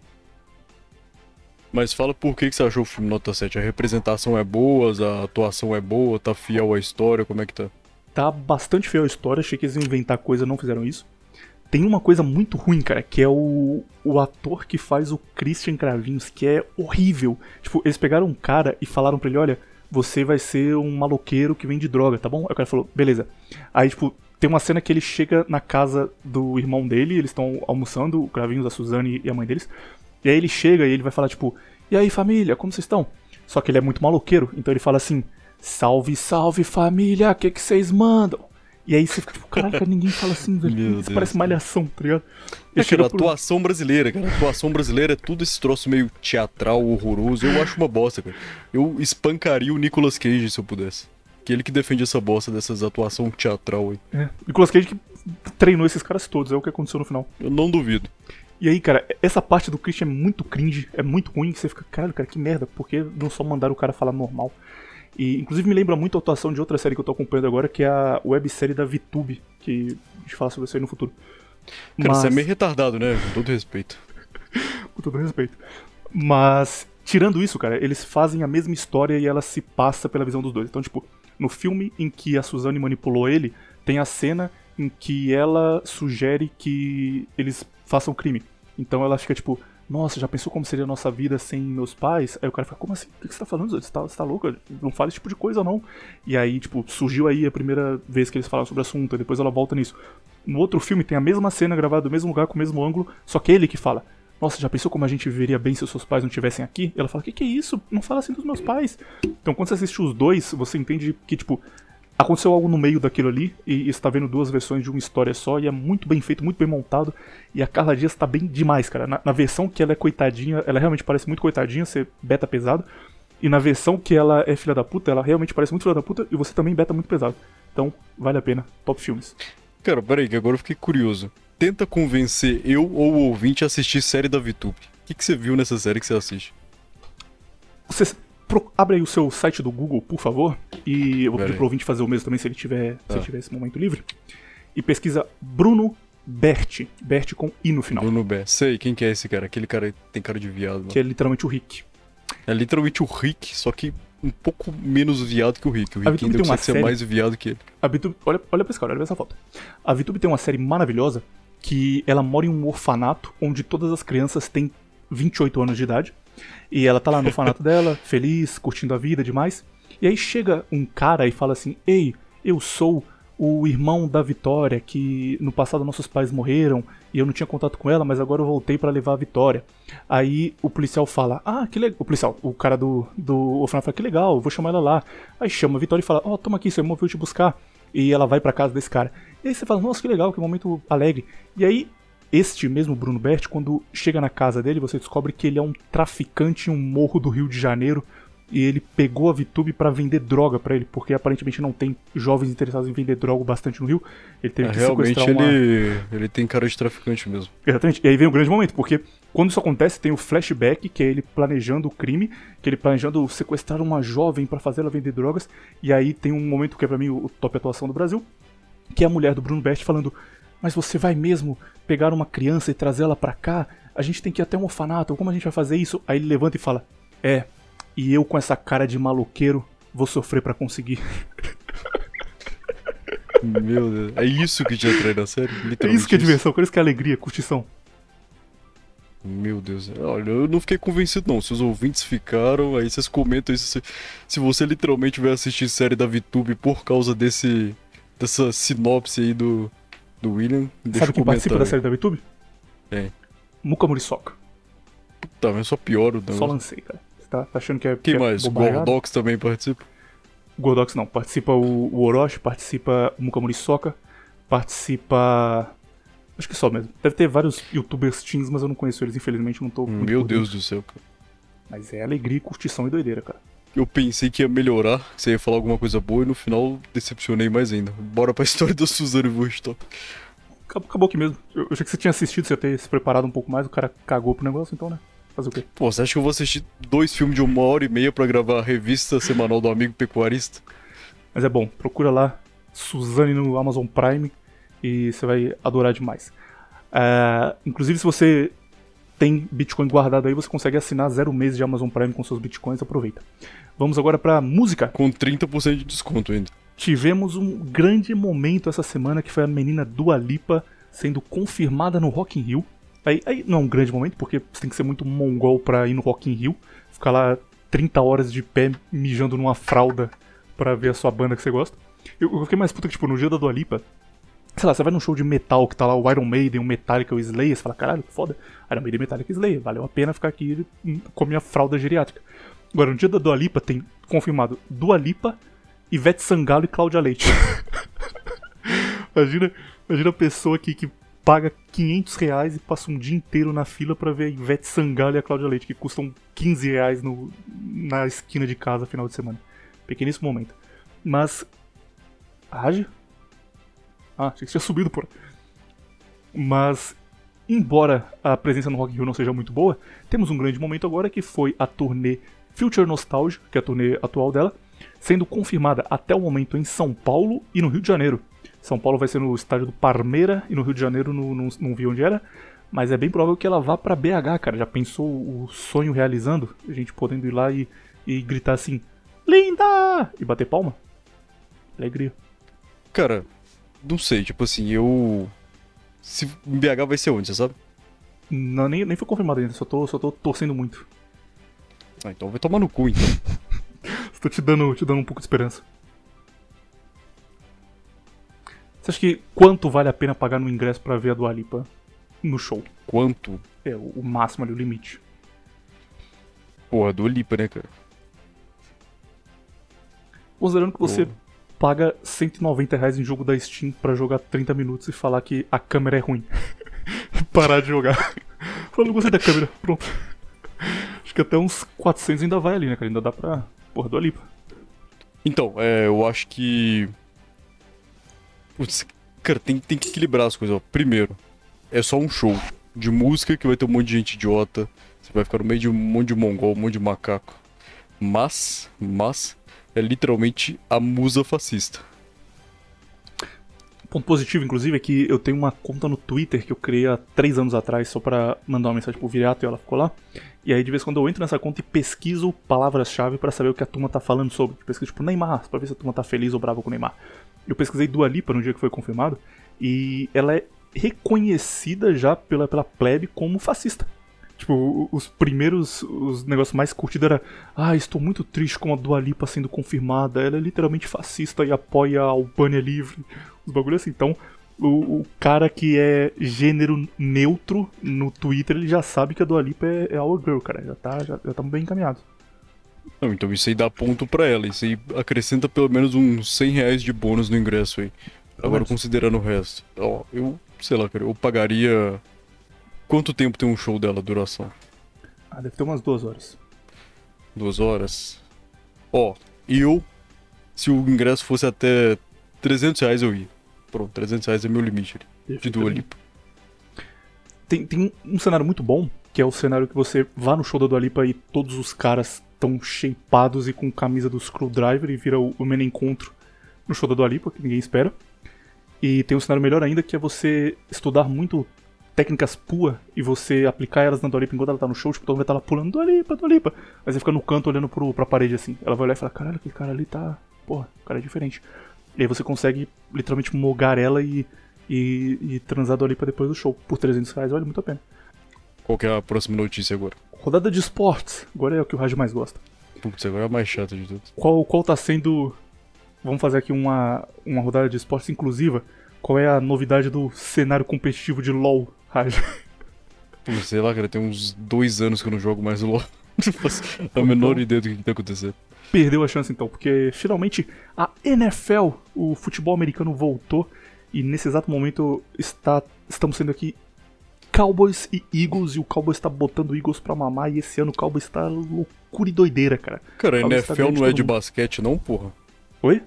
Mas fala por que você achou o filme nota sete. A representação é boa, a atuação é boa, tá fiel à história, como é que tá? Tá bastante fiel à história, achei que eles iam inventar coisa, não fizeram isso. Tem uma coisa muito ruim, cara, que é o, o ator que faz o Christian Cravinhos, que é horrível. Tipo, eles pegaram um cara e falaram pra ele: olha, você vai ser um maloqueiro que vende droga, tá bom? Aí o cara falou: beleza. Aí, tipo, tem uma cena que ele chega na casa do irmão dele, eles estão almoçando, o Cravinhos, a Suzane e a mãe deles. E aí ele chega e ele vai falar tipo: e aí família, como vocês estão? Só que ele é muito maloqueiro, então ele fala assim: salve, salve família, o que que vocês mandam? E aí você fica tipo: caralho, cara, ninguém fala assim, velho. Meu Isso Deus parece Malhação, tá ligado? É, cara, por... atuação brasileira, cara. Atuação brasileira é tudo esse troço meio teatral, horroroso. Eu acho uma bosta, cara. Eu espancaria o Nicolas Cage se eu pudesse. Que ele que defende essa bosta dessas atuação teatral aí. É, Nicolas Cage que treinou esses caras todos, é o que aconteceu no final. Eu não duvido. E aí, cara, essa parte do Christian é muito cringe, é muito ruim, você fica: caralho, cara, que merda, por que não só mandaram o cara falar normal? E, inclusive, me lembra muito a atuação de outra série que eu tô acompanhando agora, que é a websérie da VTube, que a gente fala sobre isso aí no futuro. Cara, Mas... você é meio retardado, né? Com todo respeito. Com todo respeito. Mas, tirando isso, cara, eles fazem a mesma história e ela se passa pela visão dos dois. Então, tipo, no filme em que a Suzane manipulou ele, tem a cena em que ela sugere que eles façam crime. Então ela fica tipo: nossa, já pensou como seria a nossa vida sem meus pais? Aí o cara fica: como assim? O que você tá falando? Você tá, você tá louca? Não fala esse tipo de coisa, não. E aí, tipo, surgiu aí a primeira vez que eles falaram sobre o assunto, e depois ela volta nisso. No outro filme tem a mesma cena gravada do mesmo lugar, com o mesmo ângulo, só que ele que fala: nossa, já pensou como a gente viveria bem se os seus pais não estivessem aqui? E ela fala: que que é isso? Não fala assim dos meus pais. Então quando você assiste os dois, você entende que, tipo, aconteceu algo no meio daquilo ali, e você tá vendo duas versões de uma história só, e é muito bem feito, muito bem montado, e a Carla Dias tá bem demais, cara. Na, na versão que ela é coitadinha, ela realmente parece muito coitadinha, você beta pesado, e na versão que ela é filha da puta, ela realmente parece muito filha da puta, e você também beta muito pesado. Então, vale a pena. Top filmes. Cara, peraí, que agora eu fiquei curioso. Tenta convencer eu ou o ouvinte a assistir série da VTube. O que, que você viu nessa série que você assiste? Você... Pro, abre aí o seu site do Google, por favor, e eu vou pedir Pera pro aí. ouvinte fazer o mesmo também, se ele tiver, se Tá. ele tiver esse momento livre. E pesquisa Bruno Berti, Berti com I no final, Bruno Bé. Sei, quem que é esse cara? Aquele cara tem cara de viado, mano. que é literalmente o Rick. É literalmente o Rick, só que um pouco menos viado que o Rick. O A Rick VTube ainda tem uma consegue ser série- mais viado que ele. A VTube, olha, olha pra esse cara, olha pra essa foto. A VTube tem uma série maravilhosa que ela mora em um orfanato onde todas as crianças têm vinte e oito anos de idade. E ela tá lá no orfanato dela, feliz, curtindo a vida e demais. E aí chega um cara e fala assim: Ei, eu sou o irmão da Vitória, que no passado nossos pais morreram e eu não tinha contato com ela, mas agora eu voltei pra levar a Vitória. Aí o policial fala: Ah, que legal. O policial, o cara do, do orfanato fala: Que legal, eu vou chamar ela lá. Aí chama a Vitória e fala: Ó, oh, toma aqui, seu irmão veio te buscar. E ela vai pra casa desse cara. E aí você fala: Nossa, que legal, que momento alegre. E aí, este mesmo Bruno Berti, quando chega na casa dele, você descobre que ele é um traficante em um morro do Rio de Janeiro. E ele pegou a VTube pra vender droga pra ele, porque aparentemente não tem jovens interessados em vender droga bastante no Rio. Ele teve É, que realmente sequestrar uma... ele, ele tem cara de traficante mesmo. Exatamente. E aí vem um grande momento, porque quando isso acontece, tem o flashback, que é ele planejando o crime, que ele planejando sequestrar uma jovem pra fazer ela vender drogas. E aí tem um momento que é pra mim o top atuação do Brasil, que é a mulher do Bruno Berti falando: Mas você vai mesmo pegar uma criança e trazê-la pra cá? A gente tem que ir até um orfanato, como a gente vai fazer isso? Aí ele levanta e fala: É, e eu com essa cara de maloqueiro vou sofrer pra conseguir. Meu Deus. É isso que te atrai na série? É isso que é diversão, é isso que é alegria, curtição. Meu Deus. Olha, eu não fiquei convencido não. Se os ouvintes ficaram, aí vocês comentam isso. Se, se você literalmente vai assistir série da VTube por causa desse... dessa sinopse aí do... do William, deixa Sabe eu quem participa comentar da série da VTube? É. Muka Muriçoca. Tá, mas só piora o negócio. Só lancei, cara. Você tá, tá achando que é. Quem que é mais? O bobajada? Gordox também participa? Gordox não. Participa o, o Orochi, participa o Muka Muriçoca, participa. Acho que só mesmo. Deve ter vários youtubers teens, mas eu não conheço eles, infelizmente, não tô muito Meu por Deus dentro. do céu, cara. Mas é alegria, curtição e doideira, cara. Eu pensei que ia melhorar, que você ia falar alguma coisa boa e no final decepcionei mais ainda. Bora pra história da Suzane Vostok. Acabou, acabou aqui mesmo. Eu, eu achei que você tinha assistido, você ia ter se preparado um pouco mais, o cara cagou pro negócio, então, né? Fazer o quê? Pô, você acha que eu vou assistir dois filmes de uma hora e meia pra gravar a revista semanal do Amigo Pecuarista? Mas é bom, procura lá Suzane no Amazon Prime e você vai adorar demais. Uh, inclusive, se você tem Bitcoin guardado aí, você consegue assinar zero meses de Amazon Prime com seus Bitcoins, aproveita. Vamos agora pra música. Com trinta por cento de desconto ainda. Tivemos um grande momento essa semana, que foi a menina Dua Lipa sendo confirmada no Rock in Rio. Aí, aí não é um grande momento, porque você tem que ser muito mongol pra ir no Rock in Rio. Ficar lá trinta horas de pé mijando numa fralda pra ver a sua banda que você gosta. Eu, eu fiquei mais puta que, tipo, no dia da Dua Lipa, sei lá, você vai num show de metal que tá lá o Iron Maiden, o Metallica, o Slayer, você fala: Caralho, que foda. Iron Maiden, Metallica e Slayer, valeu a pena ficar aqui com a minha fralda geriátrica. Agora, no dia da Dua Lipa tem confirmado Dua Lipa, Ivete Sangalo e Cláudia Leite. imagina, imagina a pessoa aqui que paga quinhentos reais e passa um dia inteiro na fila pra ver a Ivete Sangalo e a Cláudia Leite, que custam quinze reais no, na esquina de casa final de semana. Pequeníssimo momento. Mas... Age? Ah, achei que tinha subido, porra. Mas, embora a presença no Rock in Rio não seja muito boa, temos um grande momento agora, que foi a turnê Future Nostalgia, que é a turnê atual dela, sendo confirmada até o momento em São Paulo e no Rio de Janeiro. São Paulo vai ser no estádio do Parmeira e no Rio de Janeiro no, no, não vi onde era, mas é bem provável que ela vá pra B H, cara. Já pensou o sonho realizando? A gente podendo ir lá e, e gritar assim: Linda! E bater palma? Alegria. Cara, não sei, tipo assim, eu... Se em B H vai ser onde, você sabe? Não, nem, nem foi confirmado ainda, só tô, só tô torcendo muito. Ah, então vai tomar no cu, então. Estou te dando, te dando um pouco de esperança. Você acha que quanto vale a pena pagar no ingresso pra ver a Dua Lipa no show? Quanto? É, o, o máximo ali, o limite. Porra, do Lipa, né, cara? Considerando que você Porra. paga cento e noventa reais em jogo da Steam pra jogar trinta minutos e falar que a câmera é ruim. E parar de jogar. Falando, gostei da câmera, pronto. Acho que até uns quatrocentos ainda vai ali, né, cara? Ainda dá pra... Porra, Dua Lipa. Então, é, eu acho que... Putz, cara, tem, tem que equilibrar as coisas, ó. Primeiro, é só um show de música que vai ter um monte de gente idiota. Você vai ficar no meio de um monte de mongol, um monte de macaco. Mas, mas, é literalmente a musa fascista. Ponto positivo, inclusive, é que eu tenho uma conta no Twitter que eu criei há três anos atrás só pra mandar uma mensagem pro Viriato e ela ficou lá. E aí, de vez em quando, eu entro nessa conta e pesquiso palavras-chave pra saber o que a turma tá falando sobre. Pesquiso, tipo, Neymar, pra ver se a turma tá feliz ou brava com o Neymar. Eu pesquisei Dua Lipa no dia que foi confirmado e ela é reconhecida já pela, pela plebe como fascista. Tipo, os primeiros, os negócios mais curtidos era: ah, estou muito triste com a Dua Lipa sendo confirmada, ela é literalmente fascista e apoia a Albânia livre, os bagulhos assim. Então, o, o cara que é gênero neutro no Twitter, ele já sabe que a Dua Lipa é, é our girl, cara, já tá, já, já tamo bem encaminhado. Não, então isso aí dá ponto pra ela, isso aí acrescenta pelo menos uns cem reais de bônus no ingresso aí. Agora, considerando o resto, ó, eu, sei lá, cara, eu pagaria... Quanto tempo tem um show dela, duração? Ah, deve ter umas duas horas. Duas horas? Ó, eu, se o ingresso fosse até trezentos reais, eu ia. Pronto, trezentos reais é meu limite ali, de Dua Lipa. Tem, tem um cenário muito bom, que é o cenário que você vá no show da Dua Lipa e todos os caras estão shapeados e com camisa do Screwdriver e vira o, o mini encontro no show da Dua Lipa, que ninguém espera. E tem um cenário melhor ainda, que é você estudar muito técnicas pua e você aplicar elas na Dua Lipa enquanto ela tá no show, tipo, todo mundo vai estar lá pulando Dua Lipa, Dua Lipa. Aí você fica no canto olhando pro, pra parede assim. Ela vai olhar e fala: caralho, aquele cara ali tá... Porra, o cara é diferente. E aí você consegue literalmente mogar ela e, e, e transar a Dua Lipa depois do show. Por trezentos reais, vale muito a pena. Qual que é a próxima notícia agora? Rodada de esportes. Agora é o que o Raj mais gosta. Putz, agora é a mais chata de tudo. Qual, qual tá sendo... Vamos fazer aqui uma, uma rodada de esportes inclusiva. Qual é a novidade do cenário competitivo de LoL, Raj? Pô, sei lá, cara, tem uns dois anos que eu não jogo mais o LoL. Não faço a menor ideia do que, que tá acontecendo. Perdeu a chance então, porque finalmente a N F L, o futebol americano, voltou. E nesse exato momento está, estamos sendo aqui Cowboys e Eagles. E o Cowboys está botando o Eagles pra mamar. E esse ano o Cowboys está loucura e doideira, cara. Cara, a N F L tá não é de mundo. basquete não, porra? Oi?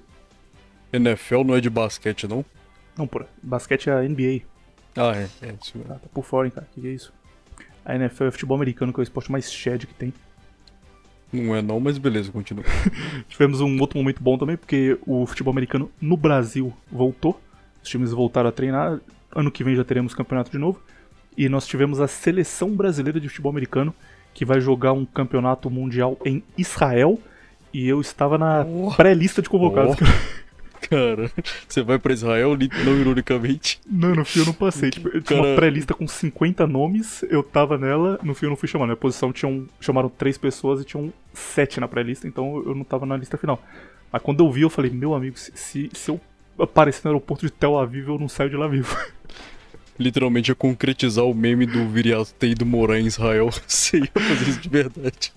N F L não é de basquete não? Não, porra. Basquete é a N B A. Ah, é. É isso mesmo. Ah, tá por fora, hein, cara. Que que é isso? A N F L é futebol americano, que é o esporte mais shed que tem. Não é não, mas beleza, continua. Tivemos um outro momento bom também, porque o futebol americano no Brasil voltou. Os times voltaram a treinar. Ano que vem já teremos campeonato de novo. E nós tivemos a seleção brasileira de futebol americano, que vai jogar um campeonato mundial em Israel. E eu estava na oh. pré-lista de convocados. Oh. Cara, você vai pra Israel, não ironicamente? Não, no fim eu não passei. Tipo, eu tinha cara... uma pré-lista com cinquenta nomes, eu tava nela, no fim eu não fui chamado. Na minha posição tinham, chamaram três pessoas e tinham sete na pré-lista, então eu não tava na lista final. Mas quando eu vi, eu falei: meu amigo, se, se, se eu aparecer no aeroporto de Tel Aviv, eu não saio de lá vivo. Literalmente é concretizar o meme do Viriato ter ido morar em Israel. Você ia fazer isso de verdade.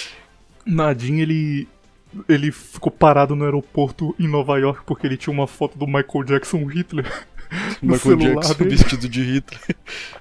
Nadinho, ele... Ele ficou parado no aeroporto em Nova York porque ele tinha uma foto do Michael Jackson Hitler no Michael celular Jackson dele. Vestido de Hitler.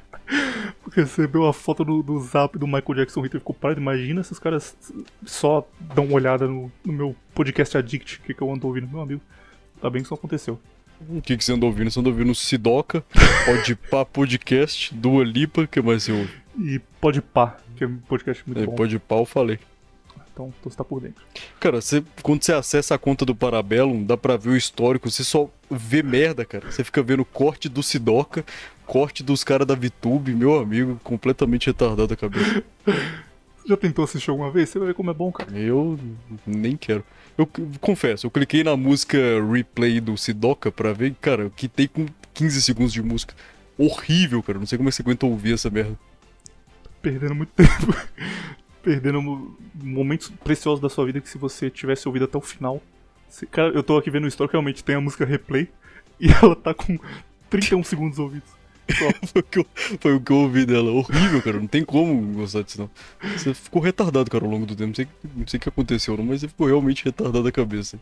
Recebeu a foto do, do zap do Michael Jackson Hitler, ficou parado. Imagina se os caras só dão uma olhada no, no meu podcast Addict, que, que eu ando ouvindo. Meu amigo, tá bem que isso aconteceu. O que, que você andou ouvindo? Você andou ouvindo Sidoca, Podpah Podcast, Dua Lipa, que mais você ouve? E Podpah, que é um podcast muito é, bom. Podpah eu falei. Então você tá por dentro. Cara, você, quando você acessa a conta do Parabellum, dá pra ver o histórico, você só vê merda, cara. Você fica vendo corte do Sidoca, corte dos caras da VTube, meu amigo, completamente retardado a cabeça. Você já tentou assistir alguma vez? Você vai ver como é bom, cara. Eu nem quero. Eu confesso, eu cliquei na música replay do Sidoca pra ver, cara, eu quitei com quinze segundos de música. Horrível, cara, não sei como é que você aguenta ouvir essa merda. Perdendo muito tempo. Perdendo momentos preciosos da sua vida que se você tivesse ouvido até o final... Se, cara, eu tô aqui vendo o story, realmente tem a música replay e ela tá com trinta e um segundos ouvidos. foi, o que eu, foi o que eu ouvi dela. Horrível, cara, não tem como gostar disso não. Você ficou retardado, cara, ao longo do tempo. Não sei, não sei o que aconteceu, não, mas você ficou realmente retardado a cabeça.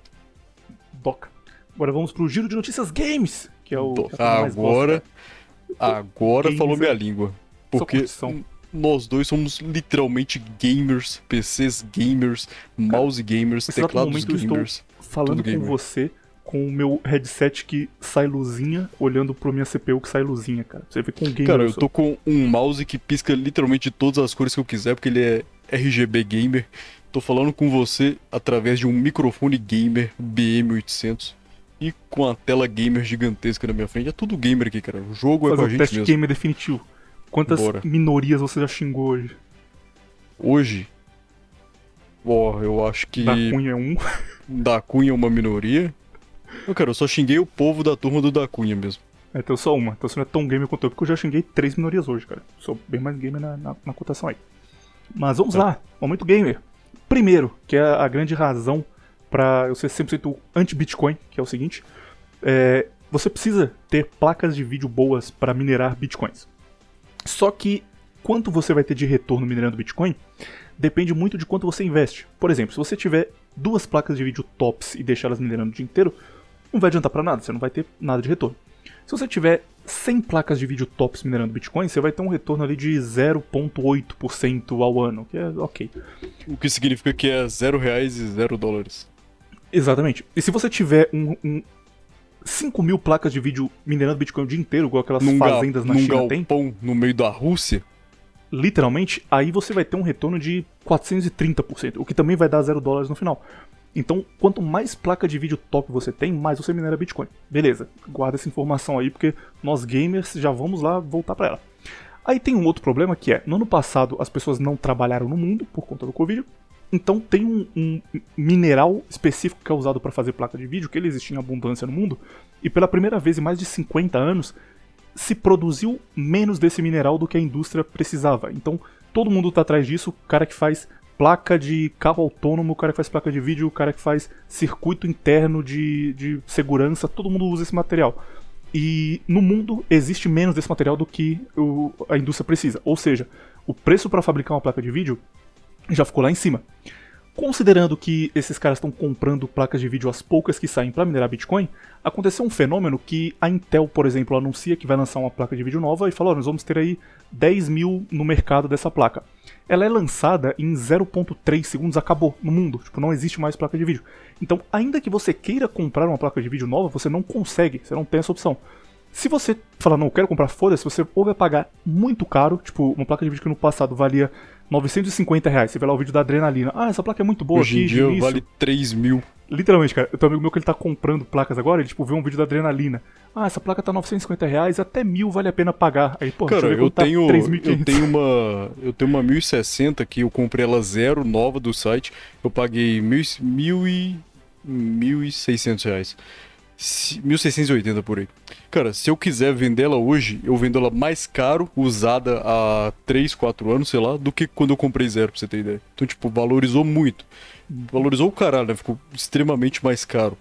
Doca. Agora vamos pro giro de notícias games, que é o... Do... Que é mais agora, gosta. agora games falou minha é... língua. Porque... Nós dois somos literalmente gamers, P Cs gamers, mouse gamers, Nesse teclados gamers. Eu estou falando com gamer. você com o meu headset que sai luzinha, olhando pro minha C P U que sai luzinha, cara. Você vê com gamer. Cara, eu tô com um mouse que pisca literalmente todas as cores que eu quiser, porque ele é R G B gamer. Tô falando com você através de um microfone gamer B M oitocentos e com a tela gamer gigantesca na minha frente. É tudo gamer aqui, cara. O jogo Fazer é com a um gente teste mesmo. gamer definitivo. Quantas Bora. minorias você já xingou hoje? Hoje, ó, eu acho que Da Cunha é um. Da Cunha é uma minoria. Eu, cara, eu só xinguei o povo da turma do Da Cunha mesmo. É, então só uma. Então você não é tão gamer quanto eu, porque eu já xinguei três minorias hoje, cara. Sou bem mais gamer na, na, na cotação aí. Mas vamos É. lá. Momento gamer. Primeiro, que é a grande razão pra eu ser cem por cento anti-Bitcoin, que é o seguinte. É, você precisa ter placas de vídeo boas para minerar Bitcoins. Só que quanto você vai ter de retorno minerando Bitcoin depende muito de quanto você investe. Por exemplo, se você tiver duas placas de vídeo tops e deixar elas minerando o dia inteiro, não vai adiantar pra nada, você não vai ter nada de retorno. Se você tiver cem placas de vídeo tops minerando Bitcoin, você vai ter um retorno ali de zero vírgula oito por cento ao ano, que é ok. O que significa que é zero reais e zero dólares. Exatamente. E se você tiver um, um cinco mil placas de vídeo minerando Bitcoin o dia inteiro, igual aquelas Num, ga- fazendas na num China tem, galpão no meio da Rússia, literalmente, aí você vai ter um retorno de quatrocentos e trinta por cento, o que também vai dar zero dólares no final. Então, quanto mais placa de vídeo top você tem, mais você minera Bitcoin. Beleza, guarda essa informação aí, porque nós gamers já vamos lá voltar pra ela. Aí tem um outro problema que é, no ano passado as pessoas não trabalharam no mundo por conta do Covid, então tem um, um mineral específico que é usado para fazer placa de vídeo, que ele existia em abundância no mundo, e pela primeira vez em mais de cinquenta anos, se produziu menos desse mineral do que a indústria precisava. Então, todo mundo tá atrás disso, o cara que faz placa de carro autônomo, o cara que faz placa de vídeo, o cara que faz circuito interno de, de segurança, todo mundo usa esse material. E no mundo existe menos desse material do que o, a indústria precisa. Ou seja, o preço para fabricar uma placa de vídeo já ficou lá em cima. Considerando que esses caras estão comprando placas de vídeo as poucas que saem para minerar Bitcoin, aconteceu um fenômeno que a Intel, por exemplo, anuncia que vai lançar uma placa de vídeo nova e fala, oh, nós vamos ter aí dez mil no mercado dessa placa. Ela é lançada em zero vírgula três segundos, acabou no mundo, tipo, não existe mais placa de vídeo. Então, ainda que você queira comprar uma placa de vídeo nova, você não consegue, você não tem essa opção. Se você falar, não, eu quero comprar, foda-se, você ou vai pagar muito caro, tipo, uma placa de vídeo que no passado valia novecentos e cinquenta reais, você vê lá o vídeo da Adrenalina, ah, essa placa é muito boa, hoje em aqui, dia isso. vale três mil. Literalmente, cara, eu tenho um amigo meu que ele tá comprando placas agora, ele tipo vê um vídeo da Adrenalina. Ah, essa placa tá novecentos e cinquenta reais, até mil vale a pena pagar. Aí, pô, Cara, deixa eu ver eu quanto tá tenho, três mil e eu quinhentos. tenho uma, eu tenho uma mil e sessenta que eu comprei ela zero, nova do site. Eu paguei mil, e- mil e mil e seiscentos reais. Se- mil seiscentos e oitenta por aí. Cara, se eu quiser vender ela hoje, eu vendo ela mais caro, usada há três, quatro anos, sei lá, do que quando eu comprei zero, pra você ter ideia. Então, tipo, valorizou muito. Valorizou o caralho, né? Ficou extremamente mais caro.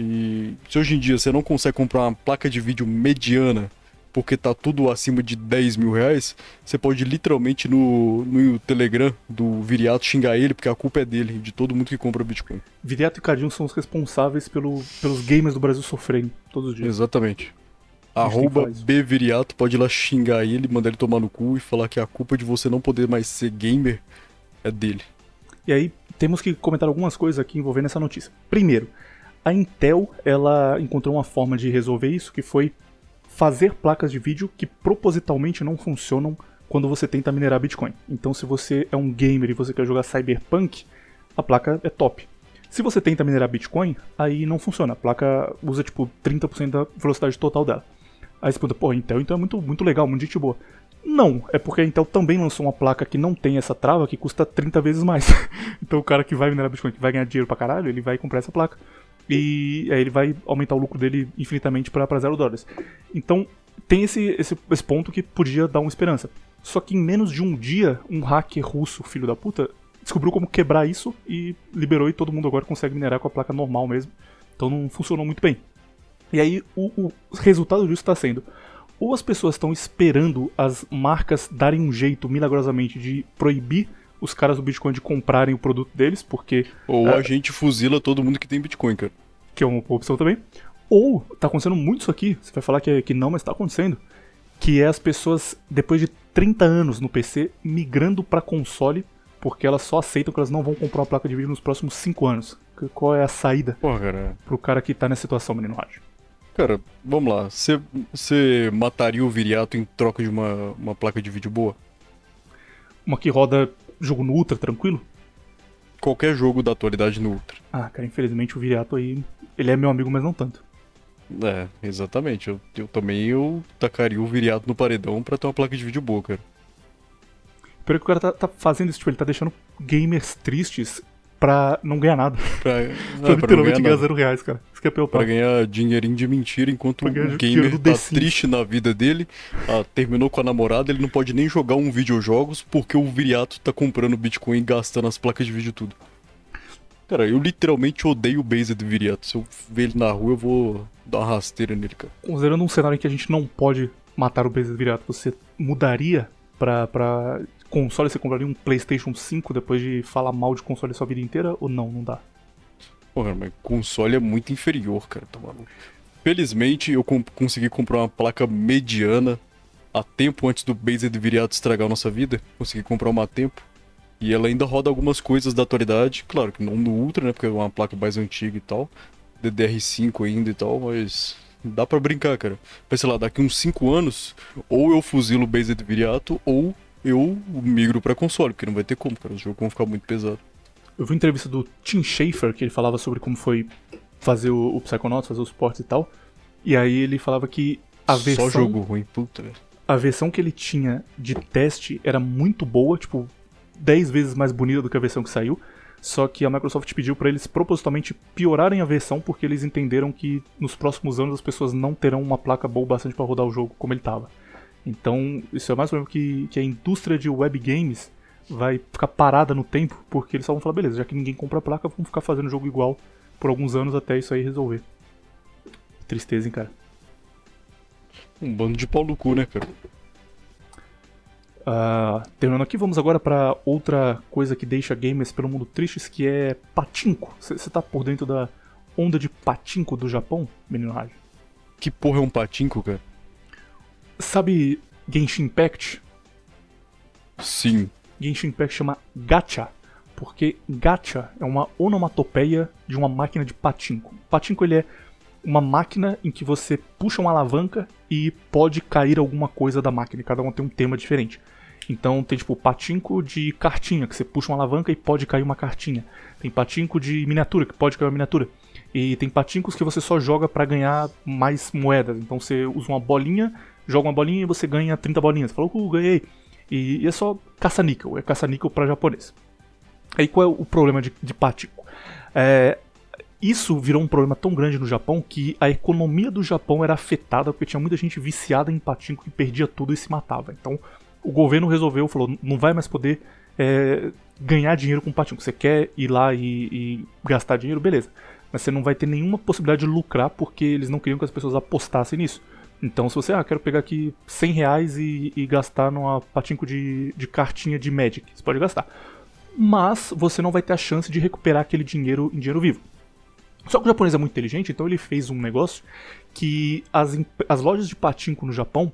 E se hoje em dia você não consegue comprar uma placa de vídeo mediana porque tá tudo acima de dez mil reais, você pode literalmente no, no Telegram do Viriato xingar ele, porque a culpa é dele, de todo mundo que compra Bitcoin. Viriato e Cadinho são os responsáveis pelo, pelos gamers do Brasil sofrerem todos os dias. Exatamente. A gente tem que Arroba falar isso. Bviriato, pode ir lá xingar ele, mandar ele tomar no cu e falar que a culpa de você não poder mais ser gamer é dele. E aí, temos que comentar algumas coisas aqui envolvendo essa notícia. Primeiro, a Intel, ela encontrou uma forma de resolver isso, que foi fazer placas de vídeo que propositalmente não funcionam quando você tenta minerar Bitcoin. Então, se você é um gamer e você quer jogar Cyberpunk, a placa é top. Se você tenta minerar Bitcoin, aí não funciona. A placa usa, tipo, trinta por cento da velocidade total dela. Aí você pergunta, pô, Intel então é muito, muito legal, muito gente boa. Não, é porque a Intel também lançou uma placa que não tem essa trava, que custa trinta vezes mais. Então o cara que vai minerar Bitcoin, que vai ganhar dinheiro pra caralho, ele vai comprar essa placa. E aí ele vai aumentar o lucro dele infinitamente pra, pra zero dólares. Então tem esse, esse, esse ponto que podia dar uma esperança. Só que em menos de um dia, um hacker russo, filho da puta, descobriu como quebrar isso e liberou, e todo mundo agora consegue minerar com a placa normal mesmo. Então não funcionou muito bem. E aí o, o resultado disso está sendo: ou as pessoas estão esperando as marcas darem um jeito milagrosamente de proibir os caras do Bitcoin de comprarem o produto deles, porque Ou É. a gente fuzila todo mundo que tem Bitcoin, cara. que é uma opção também. Ou tá acontecendo muito isso aqui, você vai falar que, é- que não, mas tá acontecendo, que é as pessoas, depois de trinta anos no P C, migrando pra console, porque elas só aceitam que elas não vão comprar uma placa de vídeo nos próximos cinco anos. Que- Qual é a saída Porra, cara. pro cara que tá nessa situação, menino rádio? Cara, vamos lá. Você- Você mataria o Viriato em troca de uma, uma placa de vídeo boa? Uma que roda jogo no Ultra, tranquilo? qualquer jogo da atualidade no Ultra. Ah, cara, infelizmente o Viriato aí, ele é meu amigo, mas não tanto. É, exatamente. Eu, eu também eu tacaria o Viriato no paredão pra ter uma placa de vídeo boa, cara. Pior que o cara tá, tá fazendo isso, tipo, ele tá deixando gamers tristes pra não ganhar nada. Pra, pra é, pra não literalmente ganhar, ganhar nada. zero reais, cara. Isso que é pior. Pra ganhar dinheirinho de mentira, enquanto Pra ganhar o dinheiro gamer do The tá Sims. triste na vida dele, ah, terminou com a namorada, ele não pode nem jogar um videojogos porque o Viriato tá comprando Bitcoin e gastando as placas de vídeo tudo. Cara, eu literalmente odeio o Based do Viriato. Se eu ver ele na rua, eu vou dar uma rasteira nele, cara. Considerando um cenário em que a gente não pode matar o Based Viriato, você mudaria pra, pra console? Você compraria um PlayStation cinco depois de falar mal de console a sua vida inteira? Ou não, não dá? Porra, mas console é muito inferior, cara, tá maluco. Felizmente, eu comp- consegui comprar uma placa mediana a tempo antes do Based Viriato estragar a nossa vida. Consegui comprar uma a tempo. E ela ainda roda algumas coisas da atualidade. Claro que não no Ultra, né, porque é uma placa mais antiga e tal. D D R cinco ainda e tal, mas dá pra brincar, cara. Mas sei lá, daqui uns cinco anos, ou eu fuzilo o Based Viriato, ou eu migro pra console, porque não vai ter como, cara. Os jogos vão ficar muito pesados. Eu vi uma entrevista do Tim Schafer, que ele falava sobre como foi fazer o, o Psychonauts, fazer os ports e tal. E aí ele falava que a versão... Só jogo ruim, puta, velho. A versão que ele tinha de teste era muito boa, tipo, dez vezes mais bonita do que a versão que saiu. Só que a Microsoft pediu pra eles propositalmente piorarem a versão, porque eles entenderam que nos próximos anos as pessoas não terão uma placa boa bastante pra rodar o jogo como ele tava. Então, isso é mais ou menos que, que a indústria de web games vai ficar parada no tempo, porque eles só vão falar, beleza, já que ninguém compra a placa, vamos ficar fazendo jogo igual por alguns anos até isso aí resolver. Tristeza, hein, cara. Um bando de pau no cu, né, cara? Uh, terminando aqui, vamos agora pra outra coisa que deixa gamers pelo mundo tristes, que é pachinko. Você tá por dentro da onda de pachinko do Japão, menino rádio? Que porra é um patinco, cara? Sabe Genshin Impact? Sim. Genshin Impact chama gacha, porque gacha é uma onomatopeia de uma máquina de pachinko. Pachinko, ele é uma máquina em que você puxa uma alavanca e pode cair alguma coisa da máquina, e cada uma tem um tema diferente. Então tem tipo pachinko de cartinha, que você puxa uma alavanca e pode cair uma cartinha. Tem pachinko de miniatura, que pode cair uma miniatura. E tem pachinkos que você só joga pra ganhar mais moedas. Então você usa uma bolinha, joga uma bolinha e você ganha trinta bolinhas. Você falou, uh, ganhei. E, e é só caça-níquel, é caça-níquel pra japonês. Aí qual é o problema de, de pachinko? É, isso virou um problema tão grande no Japão que a economia do Japão era afetada porque tinha muita gente viciada em pachinko que perdia tudo e se matava. Então o governo resolveu, falou, não vai mais poder é, ganhar dinheiro com pachinko. Você quer ir lá e, e gastar dinheiro? Beleza. Mas você não vai ter nenhuma possibilidade de lucrar porque eles não queriam que as pessoas apostassem nisso. Então se você, ah, quero pegar aqui cem reais e, e gastar numa pachinko de, de cartinha de Magic, você pode gastar. Mas você não vai ter a chance de recuperar aquele dinheiro em dinheiro vivo. Só que o japonês é muito inteligente, então ele fez um negócio que as, as lojas de pachinko no Japão,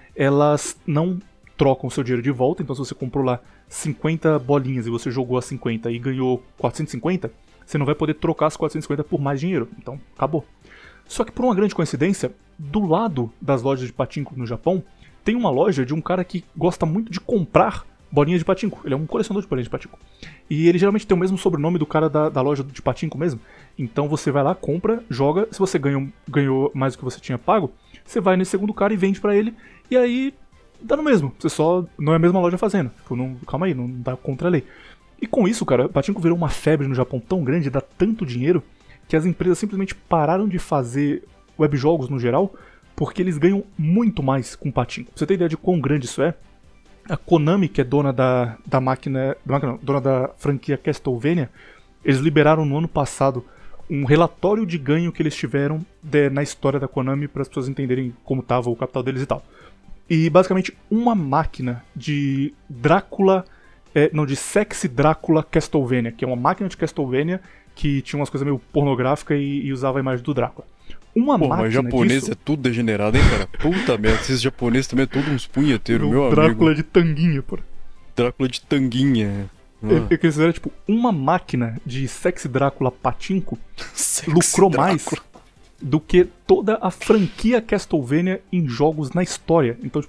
elas não trocam o seu dinheiro de volta. Então se você comprou lá cinquenta bolinhas e você jogou as cinquenta e ganhou quatrocentos e cinquenta, você não vai poder trocar as quatrocentos e cinquenta por mais dinheiro. Então acabou. Só que por uma grande coincidência, do lado das lojas de pachinko no Japão, tem uma loja de um cara que gosta muito de comprar bolinhas de pachinko. Ele é um colecionador de bolinhas de pachinko. E ele geralmente tem o mesmo sobrenome do cara da, da loja de pachinko mesmo. Então você vai lá, compra, joga. Se você ganhou, ganhou mais do que você tinha pago, você vai nesse segundo cara e vende pra ele. E aí dá no mesmo. Você só não é a mesma loja fazendo. Tipo, não, calma aí, não dá contra a lei. E com isso, cara, pachinko virou uma febre no Japão tão grande, dá tanto dinheiro, que as empresas simplesmente pararam de fazer webjogos no geral, porque eles ganham muito mais com pachinko. Pra você ter ideia de quão grande isso é, a Konami, que é dona da, da máquina, da máquina, dona da franquia Castlevania, eles liberaram no ano passado um relatório de ganho que eles tiveram de, na história da Konami, para as pessoas entenderem como estava o capital deles e tal. E basicamente uma máquina de Drácula, é, não, de Sexy Drácula Castlevania, que é uma máquina de Castlevania que tinha umas coisas meio pornográficas e, e usava a imagem do Drácula. Uma Pô, máquina mas japonês disso... é tudo degenerado, hein, cara? Puta merda, esses japoneses também é todos uns punheteiros, meu amigo. Drácula de tanguinha, pô. Drácula de tanguinha. Ah. É, é que eles fizeram, tipo, uma máquina de Sexy Drácula pachinko Sexy lucrou Drácula. mais do que toda a franquia Castlevania em jogos na história. Então, tipo,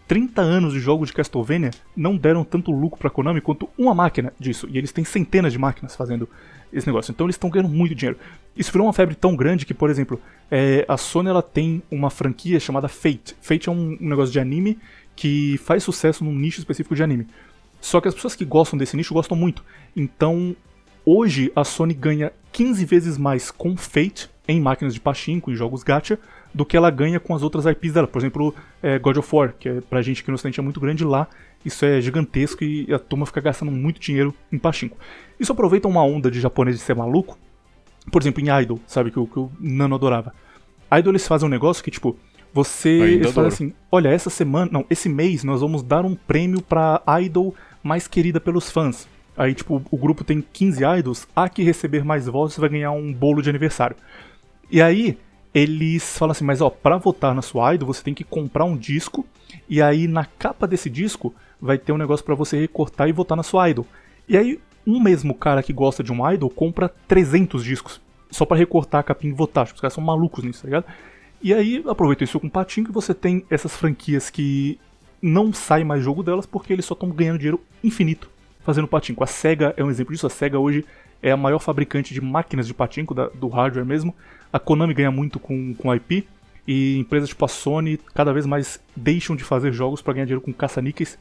trinta anos de jogo de Castlevania não deram tanto lucro pra Konami quanto uma máquina disso. E eles têm centenas de máquinas fazendo esse negócio. Então eles estão ganhando muito dinheiro. Isso virou uma febre tão grande que, por exemplo, é, a Sony ela tem uma franquia chamada Fate. Fate é um, um negócio de anime que faz sucesso num nicho específico de anime. Só que as pessoas que gostam desse nicho gostam muito. Então, hoje a Sony ganha quinze vezes mais com Fate em máquinas de pachinko e jogos gacha do que ela ganha com as outras I Ps dela. Por exemplo, é God of War, que é, pra gente aqui no Ocidente é muito grande, lá isso é gigantesco e a turma fica gastando muito dinheiro em pachinko. Isso aproveita uma onda de japonês de ser maluco, por exemplo, em Idol, sabe, que o, que o Nano adorava. Idol eles fazem um negócio que, tipo, você... Ainda eles fazem adoro. assim, olha, essa semana, não, esse mês nós vamos dar um prêmio pra Idol mais querida pelos fãs. Aí, tipo, o grupo tem quinze idols, a que receber mais votos vai ganhar um bolo de aniversário. E aí, eles falam assim, mas ó, pra votar na sua idol, você tem que comprar um disco, e aí na capa desse disco vai ter um negócio pra você recortar e votar na sua idol. E aí, um mesmo cara que gosta de um idol compra trezentos discos, só pra recortar a capinha e votar. Tipo, os caras são malucos nisso, tá ligado? E aí, aproveita isso com o Pachinko e você tem essas franquias que não sai mais jogo delas porque eles só estão ganhando dinheiro infinito fazendo Pachinko. A SEGA é um exemplo disso. A SEGA hoje é a maior fabricante de máquinas de Pachinko, da, do hardware mesmo. A Konami ganha muito com, com I P. E empresas tipo a Sony cada vez mais deixam de fazer jogos para ganhar dinheiro com caça-níqueis.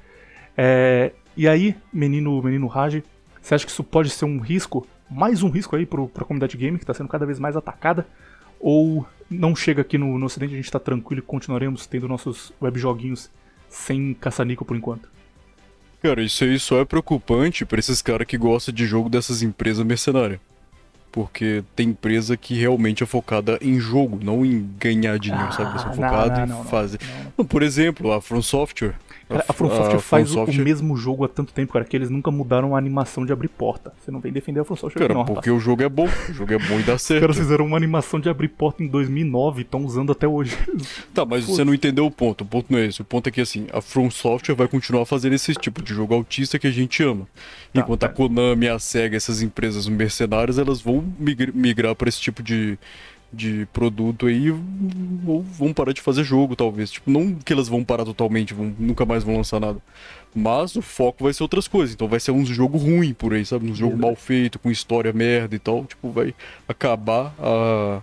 É, e aí, menino, menino Raj, você acha que isso pode ser um risco? Mais um risco aí para a comunidade game que está sendo cada vez mais atacada? Ou não chega aqui no, no Ocidente, a gente está tranquilo e continuaremos tendo nossos webjoguinhos sem caça-níquel por enquanto? Cara, isso aí só é preocupante pra esses caras que gostam de jogo dessas empresas mercenárias. Porque tem empresa que realmente é focada em jogo, não em ganhar dinheiro, Ah, sabe? Eles são não, focados não, em não, não, fazer. não, Não, por exemplo, a From Software. Cara, a From Software faz From o- o mesmo jogo há tanto tempo, cara, que eles nunca mudaram a animação de abrir porta. Você não vem defender a From Software Cara, aqui não, rapaz. porque o jogo é bom. O jogo é bom e dá Os certo. caras fizeram uma animação de abrir porta em dois mil e nove e estão usando até hoje. Tá, mas você não entendeu o ponto. O ponto não é esse. O ponto é que, assim, a From Software vai continuar fazendo esse tipo de jogo autista que a gente ama. Tá, Enquanto tá. a Konami, a SEGA, essas empresas mercenárias, elas vão migr- migrar pra esse tipo de, de produto aí ou vão parar de fazer jogo, talvez. Tipo, não que elas vão parar totalmente, vão, nunca mais vão lançar nada. Mas o foco vai ser outras coisas. Então vai ser um jogo ruim por aí, sabe? Um jogo Verdade. mal feito, com história merda e tal. Tipo, vai acabar a...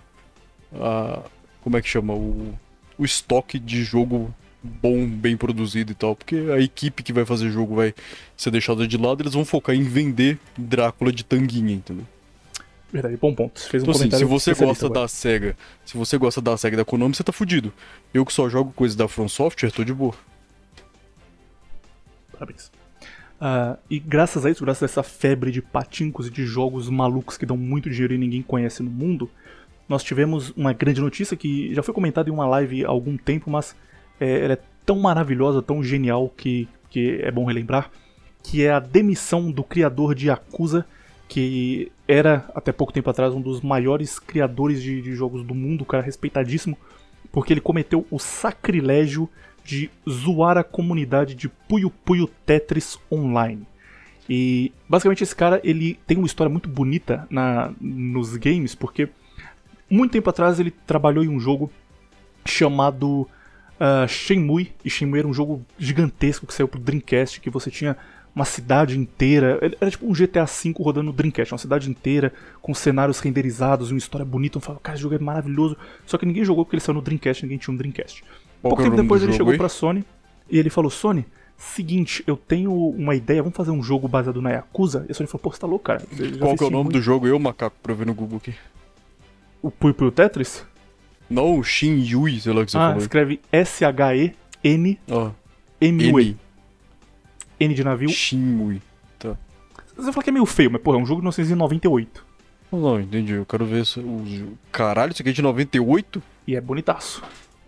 a como é que chama? O, o estoque de jogo bom, bem produzido e tal. Porque a equipe que vai fazer jogo vai ser deixada de lado. Eles vão focar em vender Drácula de tanguinha, entendeu? Verdade, bom ponto. Você fez um Então, assim, se comentário você especialista gosta agora. da SEGA, se você gosta da SEGA e da Konami, você tá fudido. Eu que só jogo coisas da From Software, tô de boa. Parabéns. Ah, e graças a isso, graças a essa febre de patincos e de jogos malucos que dão muito dinheiro e ninguém conhece no mundo, nós tivemos uma grande notícia que já foi comentada em uma live há algum tempo, mas é, ela é tão maravilhosa, tão genial que, que é bom relembrar, que é a demissão do criador de Yakuza, que era, até pouco tempo atrás, um dos maiores criadores de, de jogos do mundo, um cara respeitadíssimo, porque ele cometeu o sacrilégio de zoar a comunidade de Puyo Puyo Tetris Online. E basicamente esse cara ele tem uma história muito bonita na, nos games, porque muito tempo atrás ele trabalhou em um jogo chamado uh, Shenmue, e Shenmue era um jogo gigantesco que saiu pro Dreamcast, que você tinha uma cidade inteira, era tipo um G T A cinco rodando no Dreamcast, uma cidade inteira com cenários renderizados, uma história bonita, eu falava, cara, esse jogo é maravilhoso, só que ninguém jogou porque ele saiu no Dreamcast, ninguém tinha um Dreamcast. Qual Pouco que é o tempo nome depois do ele jogo chegou aí? pra Sony e ele falou, Sony, seguinte, eu tenho uma ideia, vamos fazer um jogo baseado na Yakuza? E a Sony falou, pô, você tá louco, cara? Eu já Qual fiz que é o nome Shenmue. do jogo? Eu, macaco, pra ver no Google aqui. O Puyo Puyo Tetris? Não, Shin Yui, sei lá o que você Ah, falou. escreve S H E N Ó, M U E. N. N de navio. Shinmue. Tá. Você fala que é meio feio, mas porra, é um jogo de mil novecentos e noventa e oito. Não, entendi. Eu quero ver se o jogo. Caralho, isso aqui é de noventa e oito? E é bonitaço.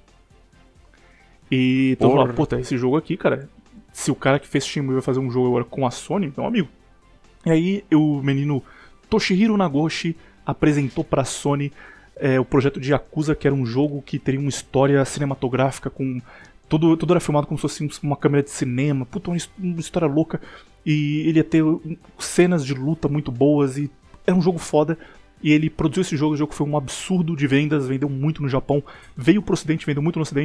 E então Porra. falando, puta, esse jogo aqui, cara, se o cara que fez Shenmue vai fazer um jogo agora com a Sony, meu amigo. E aí o menino Toshihiro Nagoshi apresentou pra Sony é, o projeto de Yakuza, que era um jogo que teria uma história cinematográfica com... Tudo, tudo era filmado como se fosse uma câmera de cinema, puta, uma, his- uma história louca. E ele ia ter um, cenas de luta muito boas e era um jogo foda. E ele produziu esse jogo, o jogo foi um absurdo de vendas, vendeu muito no Japão, veio pro ocidente, vendeu muito no ocidente.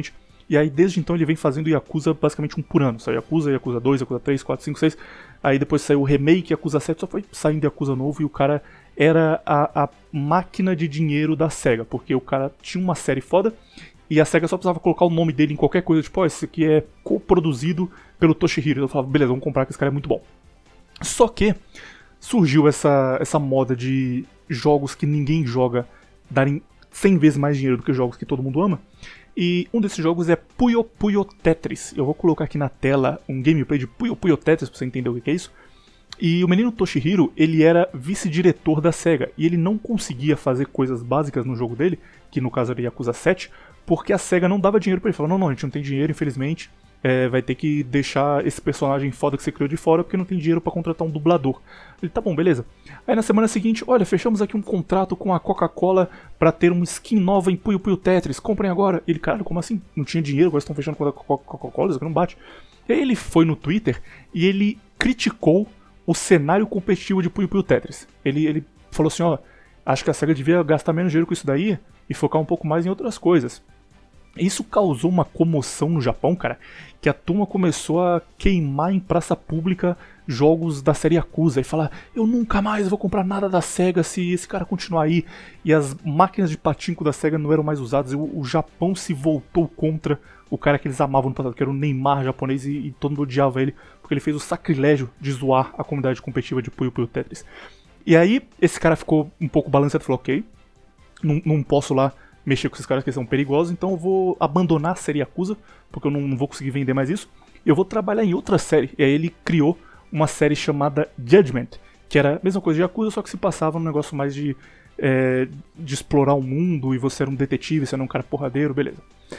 E aí desde então ele vem fazendo Yakuza basicamente um por ano. Saiu Yakuza, Yakuza dois, Yakuza três, quatro, cinco, seis. Aí depois saiu o remake, Yakuza sete, só foi saindo Yakuza novo e o cara era a, a máquina de dinheiro da SEGA. Porque o cara tinha uma série foda e a SEGA só precisava colocar o nome dele em qualquer coisa. Tipo, ó, oh, esse aqui é coproduzido pelo Toshihiro. Eu falava, beleza, vamos comprar que esse cara é muito bom. Só que surgiu essa, essa moda de jogos que ninguém joga darem cem vezes mais dinheiro do que jogos que todo mundo ama. E um desses jogos é Puyo Puyo Tetris. Eu vou colocar aqui na tela um gameplay de Puyo Puyo Tetris pra você entender o que é isso. E o menino Toshihiro, ele era vice-diretor da SEGA. E ele não conseguia fazer coisas básicas no jogo dele, que no caso era Yakuza sete, porque a SEGA não dava dinheiro pra ele. Falou, não, não, a gente não tem dinheiro, infelizmente. É, vai ter que deixar esse personagem foda que você criou de fora porque não tem dinheiro pra contratar um dublador. Ele, tá bom, beleza. Aí na semana seguinte, olha, fechamos aqui um contrato com a Coca-Cola pra ter uma skin nova em Puyo Puyo Tetris, comprem agora. Ele, cara, como assim? Não tinha dinheiro, agora estão fechando com a Coca-Cola, isso aqui não bate. E aí ele foi no Twitter e ele criticou o cenário competitivo de Puyo Puyo Tetris. Ele, ele falou assim, ó, acho que a SEGA devia gastar menos dinheiro com isso daí e focar um pouco mais em outras coisas. Isso causou uma comoção no Japão, cara, que a turma começou a queimar em praça pública jogos da série Yakuza e falar, eu nunca mais vou comprar nada da SEGA se esse cara continuar aí. E as máquinas de pachinko da SEGA não eram mais usadas, e o, o Japão se voltou contra o cara que eles amavam no passado, que era o Neymar japonês, e, e todo mundo odiava ele, porque ele fez o sacrilégio de zoar a comunidade competitiva de Puyo Puyo Tetris. E aí, esse cara ficou um pouco balanceado e falou, ok, não, não posso lá mexer com esses caras que são perigosos, então eu vou abandonar a série Yakuza, porque eu não, não vou conseguir vender mais isso, e eu vou trabalhar em outra série. E aí ele criou uma série chamada Judgment, que era a mesma coisa de Yakuza, só que se passava num negócio mais de, é, de explorar o mundo, e você era um detetive, você era um cara porradeiro, beleza.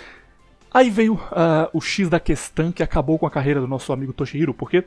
Aí veio uh, o X da questão que acabou com a carreira do nosso amigo Toshihiro, porque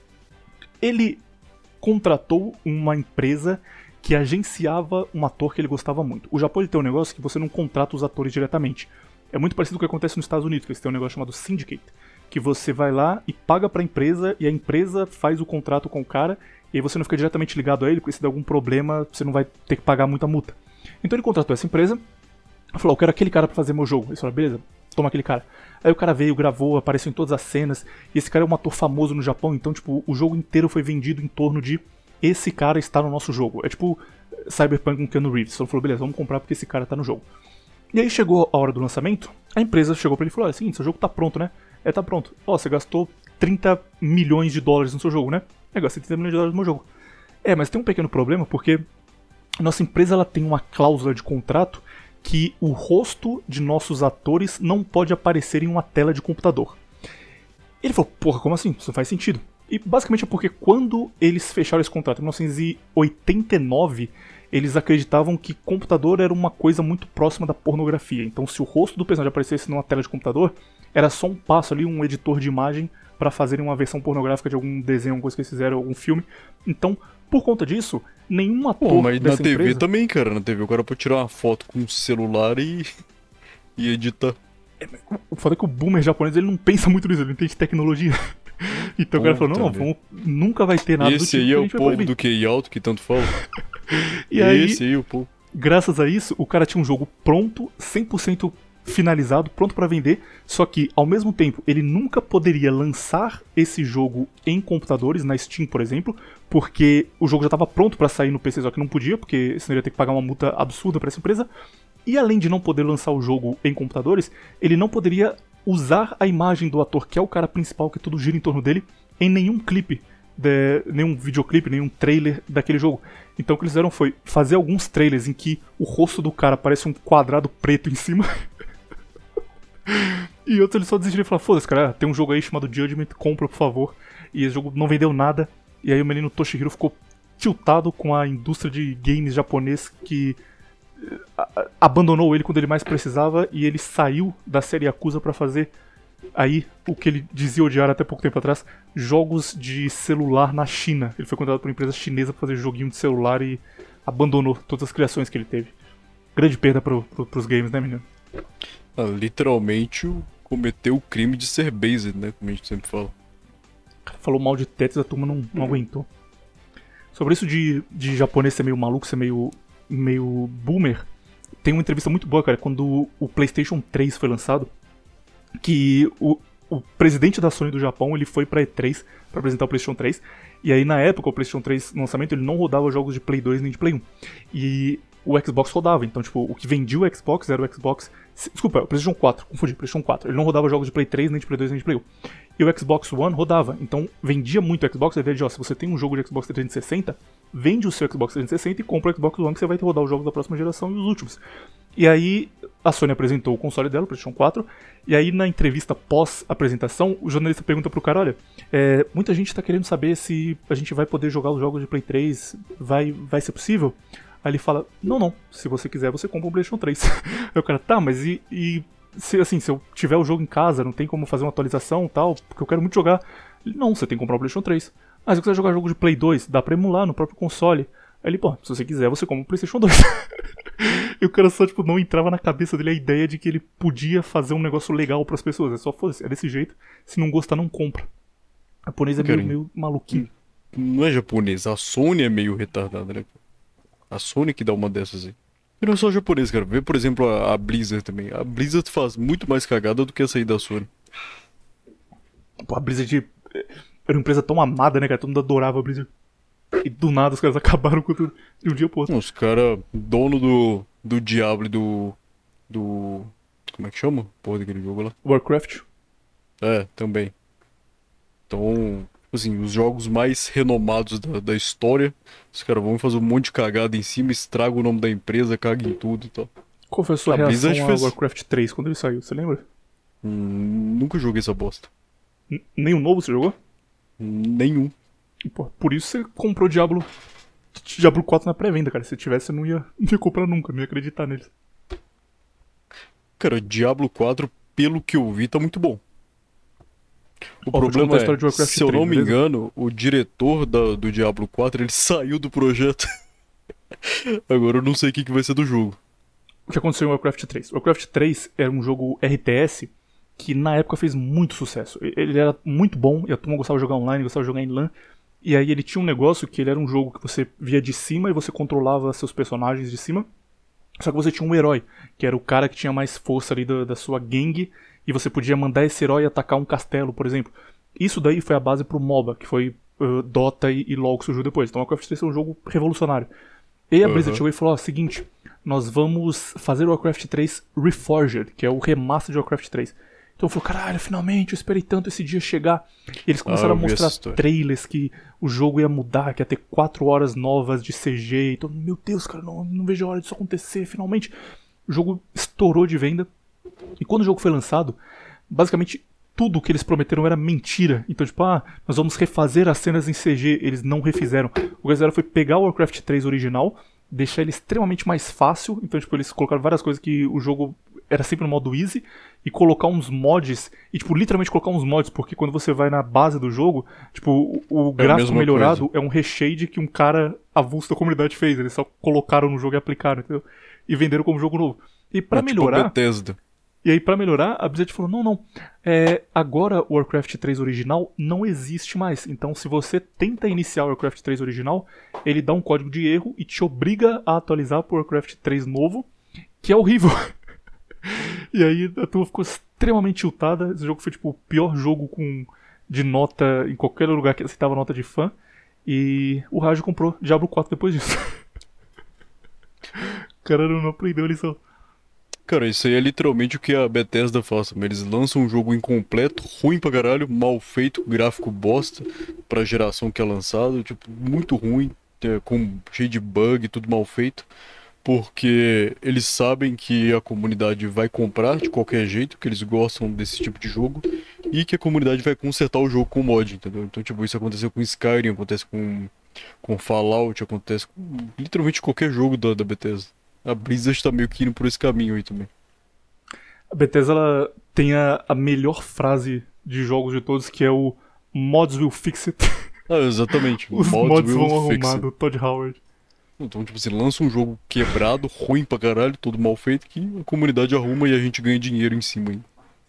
ele contratou uma empresa que agenciava um ator que ele gostava muito. O Japão ele tem um negócio que você não contrata os atores diretamente. É muito parecido com o que acontece nos Estados Unidos, que eles têm um negócio chamado Syndicate, que você vai lá e paga pra empresa, e a empresa faz o contrato com o cara, e aí você não fica diretamente ligado a ele, porque se der algum problema, você não vai ter que pagar muita multa. Então ele contratou essa empresa, falou, eu quero aquele cara pra fazer meu jogo. Eles falaram, beleza, toma aquele cara. Aí o cara veio, gravou, apareceu em todas as cenas, e esse cara é um ator famoso no Japão, então tipo, o jogo inteiro foi vendido em torno de esse cara está no nosso jogo. É tipo Cyberpunk com Keanu Reeves. Então falou, beleza, vamos comprar porque esse cara tá no jogo. E aí chegou a hora do lançamento, a empresa chegou pra ele e falou, olha, é o seguinte, seu jogo tá pronto, né? É, tá pronto. Ó, você gastou trinta milhões de dólares no seu jogo, né? É, gastei trinta milhões de dólares no meu jogo. É, mas tem um pequeno problema, porque nossa empresa ela tem uma cláusula de contrato que o rosto de nossos atores não pode aparecer em uma tela de computador. Ele falou, porra, como assim? Isso não faz sentido. E basicamente é porque quando eles fecharam esse contrato em mil novecentos e oitenta e nove, eles acreditavam que computador era uma coisa muito próxima da pornografia. Então se o rosto do personagem aparecesse numa tela de computador, era só um passo ali, um editor de imagem para fazerem uma versão pornográfica de algum desenho, alguma coisa que eles fizeram, algum filme. Então, por conta disso, nenhum ator Pô, mas dessa na T V empresa... também, cara, na T V o cara pode tirar uma foto com um celular e, e editar. O foda é que o boomer japonês ele não pensa muito nisso, ele não entende tecnologia. Então o cara falou, não, não, vamos, nunca vai ter nada e do esse tipo. aí é o povo do Q I alto que tanto fala. E aí, esse aí é o povo. Graças a isso, o cara tinha um jogo pronto, cem por cento finalizado, pronto pra vender, só que ao mesmo tempo ele nunca poderia lançar esse jogo em computadores, na Steam, por exemplo, porque o jogo já estava pronto pra sair no P C, só que não podia, porque senão ele ia ter que pagar uma multa absurda pra essa empresa. E além de não poder lançar o jogo em computadores, ele não poderia usar a imagem do ator, que é o cara principal, que tudo gira em torno dele, em nenhum clipe, de, nenhum videoclipe, nenhum trailer daquele jogo. Então o que eles fizeram foi fazer alguns trailers em que o rosto do cara parece um quadrado preto em cima. E outros eles só desistiram e falaram, foda-se, cara, tem um jogo aí chamado Judgment, compra por favor. E esse jogo não vendeu nada. E aí o menino Toshihiro ficou tiltado com a indústria de games japonês que abandonou ele quando ele mais precisava, e ele saiu da série Yakuza pra fazer aí o que ele dizia odiar até pouco tempo atrás, jogos de celular na China. Ele foi contratado por uma empresa chinesa pra fazer joguinho de celular e abandonou todas as criações que ele teve. Grande perda pro, pro, pros games, né, menino? Ah, literalmente cometeu o crime de ser based, né, como a gente sempre fala. O cara falou mal de Tetris, a turma não, não aguentou. Sobre isso de, de japonês ser meio maluco, ser meio meio boomer, tem uma entrevista muito boa, cara, quando o PlayStation três foi lançado. que o, o presidente da Sony do Japão, ele foi pra E três pra apresentar o PlayStation três, e aí na época o PlayStation três no lançamento ele não rodava jogos de Play dois nem de Play um, e o Xbox rodava, então tipo, o que vendia o Xbox era o Xbox, desculpa, o PlayStation quatro, confundi, PlayStation quatro, ele não rodava jogos de Play três, nem de Play dois, nem de Play um, e o Xbox One rodava, então vendia muito o Xbox, ao invés de, ó, se você tem um jogo de Xbox trezentos e sessenta, vende o seu Xbox trezentos e sessenta e compra o Xbox One que você vai ter rodar os jogos da próxima geração e os últimos. E aí a Sony apresentou o console dela, o PlayStation quatro, e aí na entrevista pós-apresentação, o jornalista pergunta pro cara, olha, é, muita gente tá querendo saber se a gente vai poder jogar os jogos de Play três, vai, vai ser possível? Aí ele fala, não, não, se você quiser você compra um PlayStation três. Aí o cara, tá, mas e, e se, assim, se eu tiver o jogo em casa, não tem como fazer uma atualização e tal, porque eu quero muito jogar. Ele, não, você tem que comprar um PlayStation três. Ah, se eu quiser jogar jogo de Play dois, dá pra emular no próprio console. Aí ele, pô, se você quiser, você compra um PlayStation dois. E o cara só, tipo, não entrava na cabeça dele a ideia de que ele podia fazer um negócio legal pras pessoas. É só, foda-se, é desse jeito. Se não gostar, não compra. O japonês é meio, meio maluquinho. Não é japonês, a Sony é meio retardada, né? A Sony que dá uma dessas aí. E não é só japonês, cara. Vê, por exemplo, a, a Blizzard também. A Blizzard faz muito mais cagada do que essa aí da Sony. Pô, a Blizzard era uma empresa tão amada, né, cara? Todo mundo adorava a Blizzard. E do nada os caras acabaram com tudo de um dia pro outro. Os caras, dono do, do Diablo e do... do... Como é que chama? Porra daquele jogo lá. Warcraft. É, também. Então, assim, os jogos mais renomados da, da história, os caras vão fazer um monte de cagada em cima, estragam o nome da empresa, cagam em tudo e tal. Qual foi a sua A reação Blizzard a fez- Warcraft três quando ele saiu? Você lembra? Hum, nunca joguei essa bosta. N- nenhum novo você jogou? Nenhum. E, pô, por isso você comprou Diablo Diablo quatro na pré-venda, cara. Se tivesse, você não ia, não ia comprar nunca, não ia acreditar neles. Cara, Diablo quatro, pelo que eu vi, tá muito bom. O Ó, vou te contar problema a história de é, Warcraft se eu três, não me beleza? engano, o diretor da- do Diablo quatro, ele saiu do projeto. Agora eu não sei o que, que vai ser do jogo. O que aconteceu em Warcraft três? Warcraft três era um jogo R T S que na época fez muito sucesso. Ele era muito bom, e a turma gostava de jogar online, gostava de jogar em LAN. E aí ele tinha um negócio que ele era um jogo que você via de cima e você controlava seus personagens de cima. Só que você tinha um herói, que era o cara que tinha mais força ali da, da sua gangue, e você podia mandar esse herói atacar um castelo, por exemplo. Isso daí foi a base pro MOBA, que foi uh, Dota e, e LoL que surgiu depois. Então Warcraft três é um jogo revolucionário. E a Blizzard Uhum. chegou e falou, ó, seguinte, nós vamos fazer o Warcraft três Reforged, que é o remaster de Warcraft três. Então falou, caralho, finalmente, eu esperei tanto esse dia chegar. E eles começaram Ah, eu a vi essa mostrar história. trailers que o jogo ia mudar, que ia ter quatro horas novas de C G. Então, meu Deus, cara, não, não vejo a hora disso acontecer, finalmente. O jogo estourou de venda. E quando o jogo foi lançado, basicamente tudo que eles prometeram era mentira. Então, tipo, ah, nós vamos refazer as cenas em C G. Eles não refizeram. O que eles fizeram foi pegar o Warcraft três original, deixar ele extremamente mais fácil. Então, tipo, eles colocaram várias coisas que o jogo era sempre no modo easy, e colocar uns mods, e tipo, literalmente colocar uns mods, porque quando você vai na base do jogo, tipo, o, o gráfico mesma melhorado é um reshade que um cara avulso da comunidade fez, eles só colocaram no jogo e aplicaram, entendeu? E venderam como jogo novo. E pra É tipo melhorar, Bethesda. e aí pra melhorar, a Blizzard falou, não, não, é, agora o Warcraft três original não existe mais, então se você tenta iniciar o Warcraft três original, ele dá um código de erro e te obriga a atualizar pro Warcraft três novo, que é horrível. E aí a turma ficou extremamente tiltada. Esse jogo foi tipo o pior jogo com de nota em qualquer lugar que aceitava nota de fã. E o Raj comprou Diablo quatro depois disso. O cara não aprendeu a lição. Cara, isso aí é literalmente o que a Bethesda faz. Eles lançam um jogo incompleto, ruim pra caralho, mal feito, gráfico bosta pra geração que é lançado, tipo, muito ruim, é, com cheio de bug, tudo mal feito. Porque eles sabem que a comunidade vai comprar de qualquer jeito, que eles gostam desse tipo de jogo, e que a comunidade vai consertar o jogo com mod, entendeu? Então, tipo, isso aconteceu com Skyrim, acontece com, com Fallout, acontece com literalmente qualquer jogo da, da Bethesda. A Blizzard tá meio que indo por esse caminho aí também. A Bethesda ela tem a, a melhor frase de jogos de todos, que é o Mods will fix it. Ah, exatamente. Os Mods mods will vão fix arrumar, it. do Todd Howard. Então, tipo, você lança um jogo quebrado, ruim pra caralho, todo mal feito, que a comunidade arruma e a gente ganha dinheiro em cima ainda.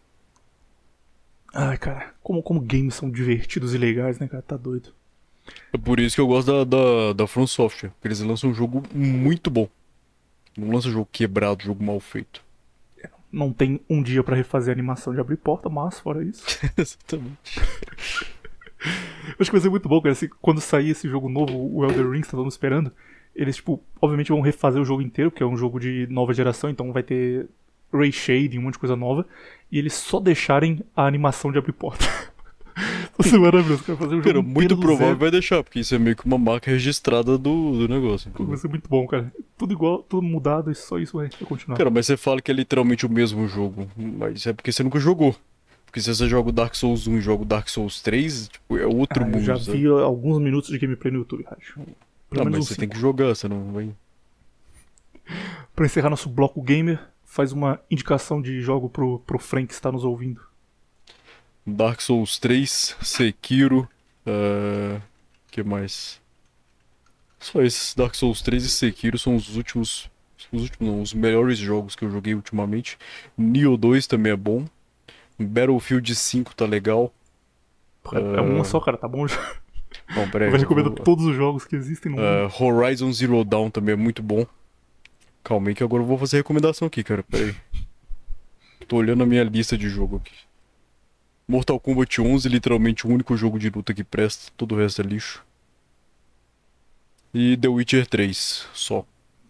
Ai, cara, como, como games são divertidos e legais, né, cara? Tá doido. É por isso que eu gosto da, da, da From Software, porque eles lançam um jogo muito bom. Não lança jogo quebrado, jogo mal feito. não tem um dia pra refazer a animação de abrir porta, mas fora isso. Exatamente. Acho que vai ser muito bom, cara. Se, quando sair esse jogo novo, o Elden Ring, que tá todo mundo esperando, eles, tipo, obviamente vão refazer o jogo inteiro, porque é um jogo de nova geração, então vai ter ray shading, um monte de coisa nova, e eles só deixarem a animação de abrir porta. Vai ser maravilhoso, cara. Fazer um Cara, jogo muito provável zero. vai deixar, porque isso é meio que uma marca registrada do, do negócio. Vai ser muito bom, cara. Tudo igual, tudo mudado, e só isso vai continuar. Cara, mas você fala que é literalmente o mesmo jogo, mas é porque você nunca jogou. Porque se você joga o Dark Souls um e joga o Dark Souls três, tipo, é outro Ah, mundo. eu já sabe? vi alguns minutos de gameplay no YouTube, Rádio. Pelo Não, menos mas uns você cinco. tem que jogar, você não vai... Pra encerrar nosso bloco gamer, faz uma indicação de jogo pro, pro Frank que está nos ouvindo. Dark Souls três, Sekiro, uh... que mais? Só esses, Dark Souls três e Sekiro são os últimos, os últimos não, os melhores jogos que eu joguei ultimamente. Nioh dois também é bom. Battlefield cinco tá legal. Porra, é Uh, uma só, cara, tá bom já. Bom, peraí. Eu eu recomendo vou- todos os jogos que existem no mundo. Uh, Horizon Zero Dawn também é muito bom. Calma aí que agora eu vou fazer recomendação aqui, cara. Pera aí. Tô olhando a minha lista de jogo aqui. Mortal Kombat onze, literalmente o único jogo de luta que presta. Todo o resto é lixo. E The Witcher três, só.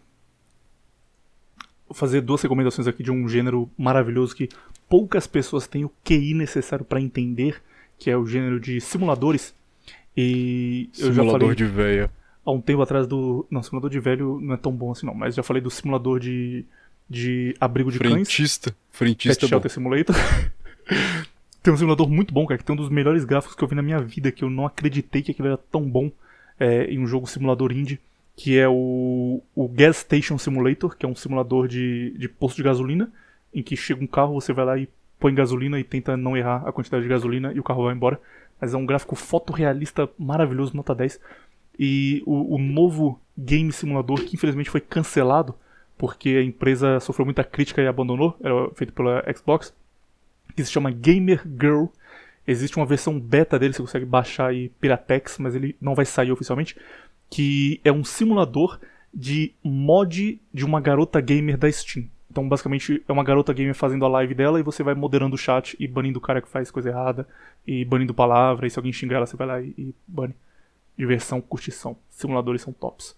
Vou fazer duas recomendações aqui de um gênero maravilhoso que poucas pessoas têm o Q I necessário pra entender, que é o gênero de simuladores. E eu já Simulador falei de véia. há um tempo atrás do... Não, simulador de velho não é tão bom assim não, mas já falei do simulador de, de abrigo de cães. Frentista. Frentista Pet é bom. Shelter Simulator. Tem um simulador muito bom, cara, que tem um dos melhores gráficos que eu vi na minha vida, que eu não acreditei que aquilo era tão bom é, em um jogo simulador indie, que é o, o Gas Station Simulator, que é um simulador de, de posto de gasolina, em que chega um carro, você vai lá e põe gasolina e tenta não errar a quantidade de gasolina e o carro vai embora. Mas é um gráfico fotorrealista maravilhoso, nota dez. E o, o novo game simulador, que infelizmente foi cancelado, porque a empresa sofreu muita crítica e abandonou, era feito pela Xbox, que se chama Gamer Girl. Existe uma versão beta dele, você consegue baixar aí Piratex, mas ele não vai sair oficialmente, que é um simulador de mod de uma garota gamer da Steam. Então, basicamente, é uma garota gamer fazendo a live dela e você vai moderando o chat e banindo o cara que faz coisa errada, e banindo palavra, e se alguém xingar ela, você vai lá e, e bane. Diversão, curtição. Simuladores são tops.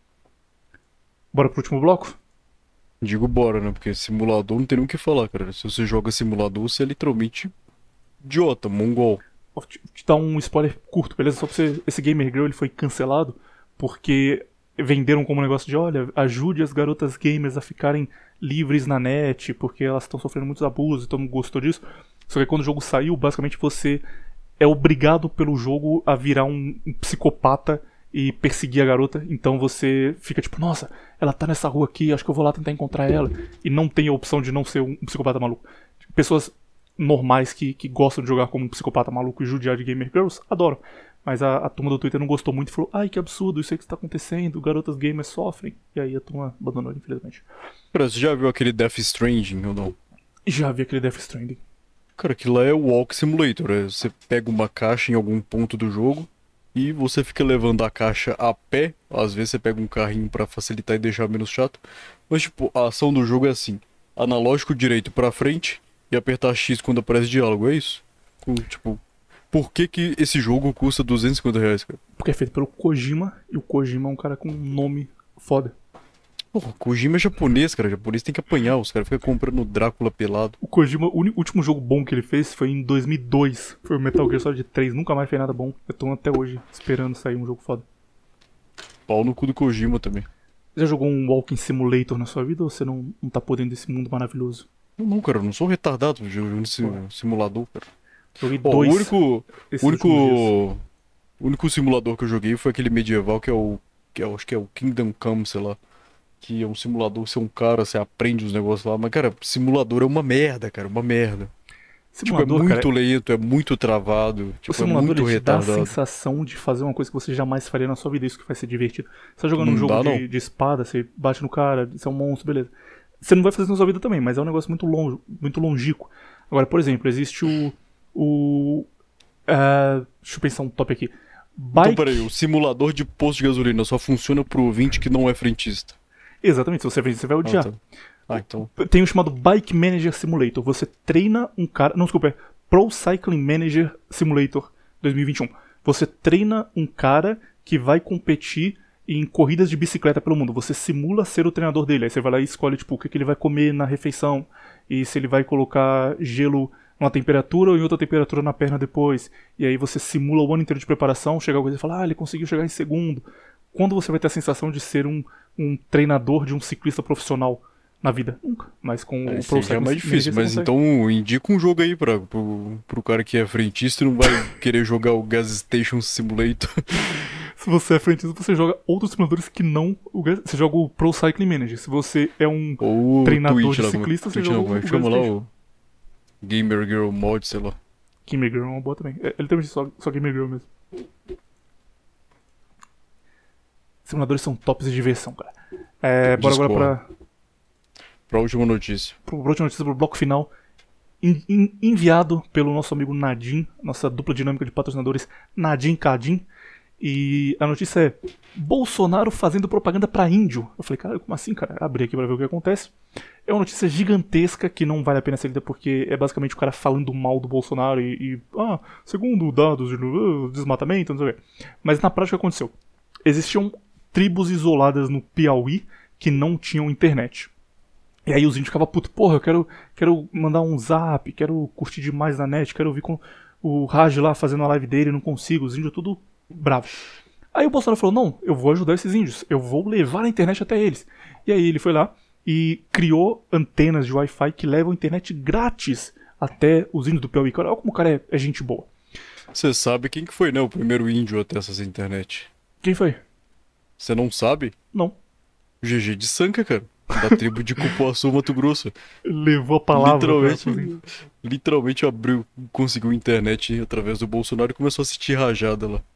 Bora pro último bloco? Digo bora, né? Porque simulador não tem nem o que falar, cara. Se você joga simulador, você é literalmente idiota, mongol. Vou te, te dar um spoiler curto, beleza? Só pra você... Esse Gamer Girl ele foi cancelado porque venderam como um negócio de, olha, ajude as garotas gamers a ficarem livres na net, porque elas estão sofrendo muitos abusos e todo mundo gostou disso. Só que quando o jogo saiu, basicamente você é obrigado pelo jogo a virar um, um psicopata e perseguir a garota. Então você fica tipo, nossa, ela tá nessa rua aqui, acho que eu vou lá tentar encontrar ela. E não tem a opção de não ser um, um psicopata maluco. Pessoas normais que, que gostam de jogar como um psicopata maluco e judiar de Gamer Girls, adoram. Mas a, a turma do Twitter não gostou muito e falou, ai que absurdo, isso aí que está acontecendo, garotas gamers sofrem. E aí a turma abandonou, infelizmente. Cara, você já viu aquele Death Stranding ou não? Já vi aquele Death Stranding. Cara, aquilo lá é o Walk Simulator. É, você pega uma caixa em algum ponto do jogo e você fica levando a caixa a pé. Às vezes você pega um carrinho pra facilitar e deixar menos chato. Mas, tipo, a ação do jogo é assim: analógico direito pra frente e apertar X quando aparece diálogo, é isso? Com, tipo, por que que esse jogo custa duzentos e cinquenta reais, cara? Porque é feito pelo Kojima, e o Kojima é um cara com um nome foda. Porra, Kojima é japonês, cara. Japonês tem que apanhar. Os caras ficam comprando Drácula pelado. O Kojima, o uni- último jogo bom que ele fez foi em dois mil e dois. Foi o Metal Gear Solid três. Nunca mais fez nada bom. Eu tô até hoje esperando sair um jogo foda. Pau no cu do Kojima também. Já jogou um Walking Simulator na sua vida ou você não, não tá por dentro desse mundo maravilhoso? Não, não, cara, eu não sou retardado jogando esse simulador, cara. Joguei Ó, dois. o único, esses o único, últimos dias. o único simulador que eu joguei foi aquele medieval que é o, que é, acho que é o Kingdom Come, sei lá. Que é um simulador, você é um cara, você aprende os negócios lá. Mas, cara, simulador é uma merda, cara, uma merda. Simulador, tipo, é muito cara, lento, é muito travado, o tipo, é simulador muito ele te dá a retardado. sensação de fazer uma coisa que você jamais faria na sua vida. Isso que vai ser divertido. Você tá jogando Não um jogo dá, de, não. de espada, você bate no cara, você é um monstro, beleza. Você não vai fazer isso na sua vida também, mas é um negócio muito longe, muito longínquo. Agora, por exemplo, existe o... o ah, deixa eu pensar um top aqui. Bike... Então, peraí, o simulador de posto de gasolina só funciona pro ouvinte que não é frentista. Exatamente, se você vê, você vai odiar. Ah, tá. Ah, então. Tem o chamado Bike Manager Simulator. Você treina um cara. Não, desculpa, é Pro Cycling Manager Simulator dois mil e vinte e um. Você treina um cara que vai competir em corridas de bicicleta pelo mundo. Você simula ser o treinador dele. Aí você vai lá e escolhe tipo, o que, que ele vai comer na refeição. E se ele vai colocar gelo numa temperatura ou em outra temperatura na perna depois. E aí você simula o ano inteiro de preparação. Chega alguém e fala, ah, ele conseguiu chegar em segundo. Quando você vai ter a sensação de ser um, um treinador de um ciclista profissional na vida? Nunca. Mas com É, o Pro já é Cycling mais difícil, Manager, mas você então indica um jogo aí pra, pro, pro cara que é frentista e não vai querer jogar o Gas Station Simulator. Se você é frentista, você joga outros simuladores que não o Gas... Você joga o Pro Cycling Manager. Se você é um Ou treinador Twitch, de lá, como- ciclista, você Twitch joga não, o, como é o que Gas chama lá? Station. O Gamer Girl Mod, sei lá. Gamer Girl é uma boa também. É, é literalmente só, só Gamer Girl mesmo. Simuladores são tops de diversão, cara. É, bora agora Discordo. pra, Pra última notícia. pro, pra última notícia, pro bloco final. En- en- enviado pelo nosso amigo Nadim, nossa dupla dinâmica de patrocinadores, Nadim Cadim. E a notícia é: Bolsonaro fazendo propaganda pra índio. Eu falei, cara, como assim, cara? Abri aqui pra ver o que acontece. É uma notícia gigantesca que não vale a pena ser lida porque é basicamente o cara falando mal do Bolsonaro e, e ah, segundo dados de uh, desmatamento, não sei o quê. Mas na prática aconteceu. Existiam tribos isoladas no Piauí que não tinham internet. E aí os índios ficavam, puto, porra, eu quero, quero mandar um zap, quero curtir demais na net, quero ouvir com o Raj lá fazendo a live dele, não consigo, os índios tudo bravo. Aí o Bolsonaro falou, não, eu vou ajudar esses índios, eu vou levar a internet até eles. E aí ele foi lá e criou antenas de Wi-Fi que levam internet grátis até os índios do Piauí. Olha como o cara é, é gente boa. Você sabe quem que foi, né? O primeiro índio a ter essas internet. Quem foi? Você não sabe? Não. G G de Sanca, cara. Da tribo de Cupuaçu, Mato Grosso. Levou a palavra. Literalmente, pra ela, literalmente abriu, conseguiu internet através do Bolsonaro e começou a assistir rajada lá.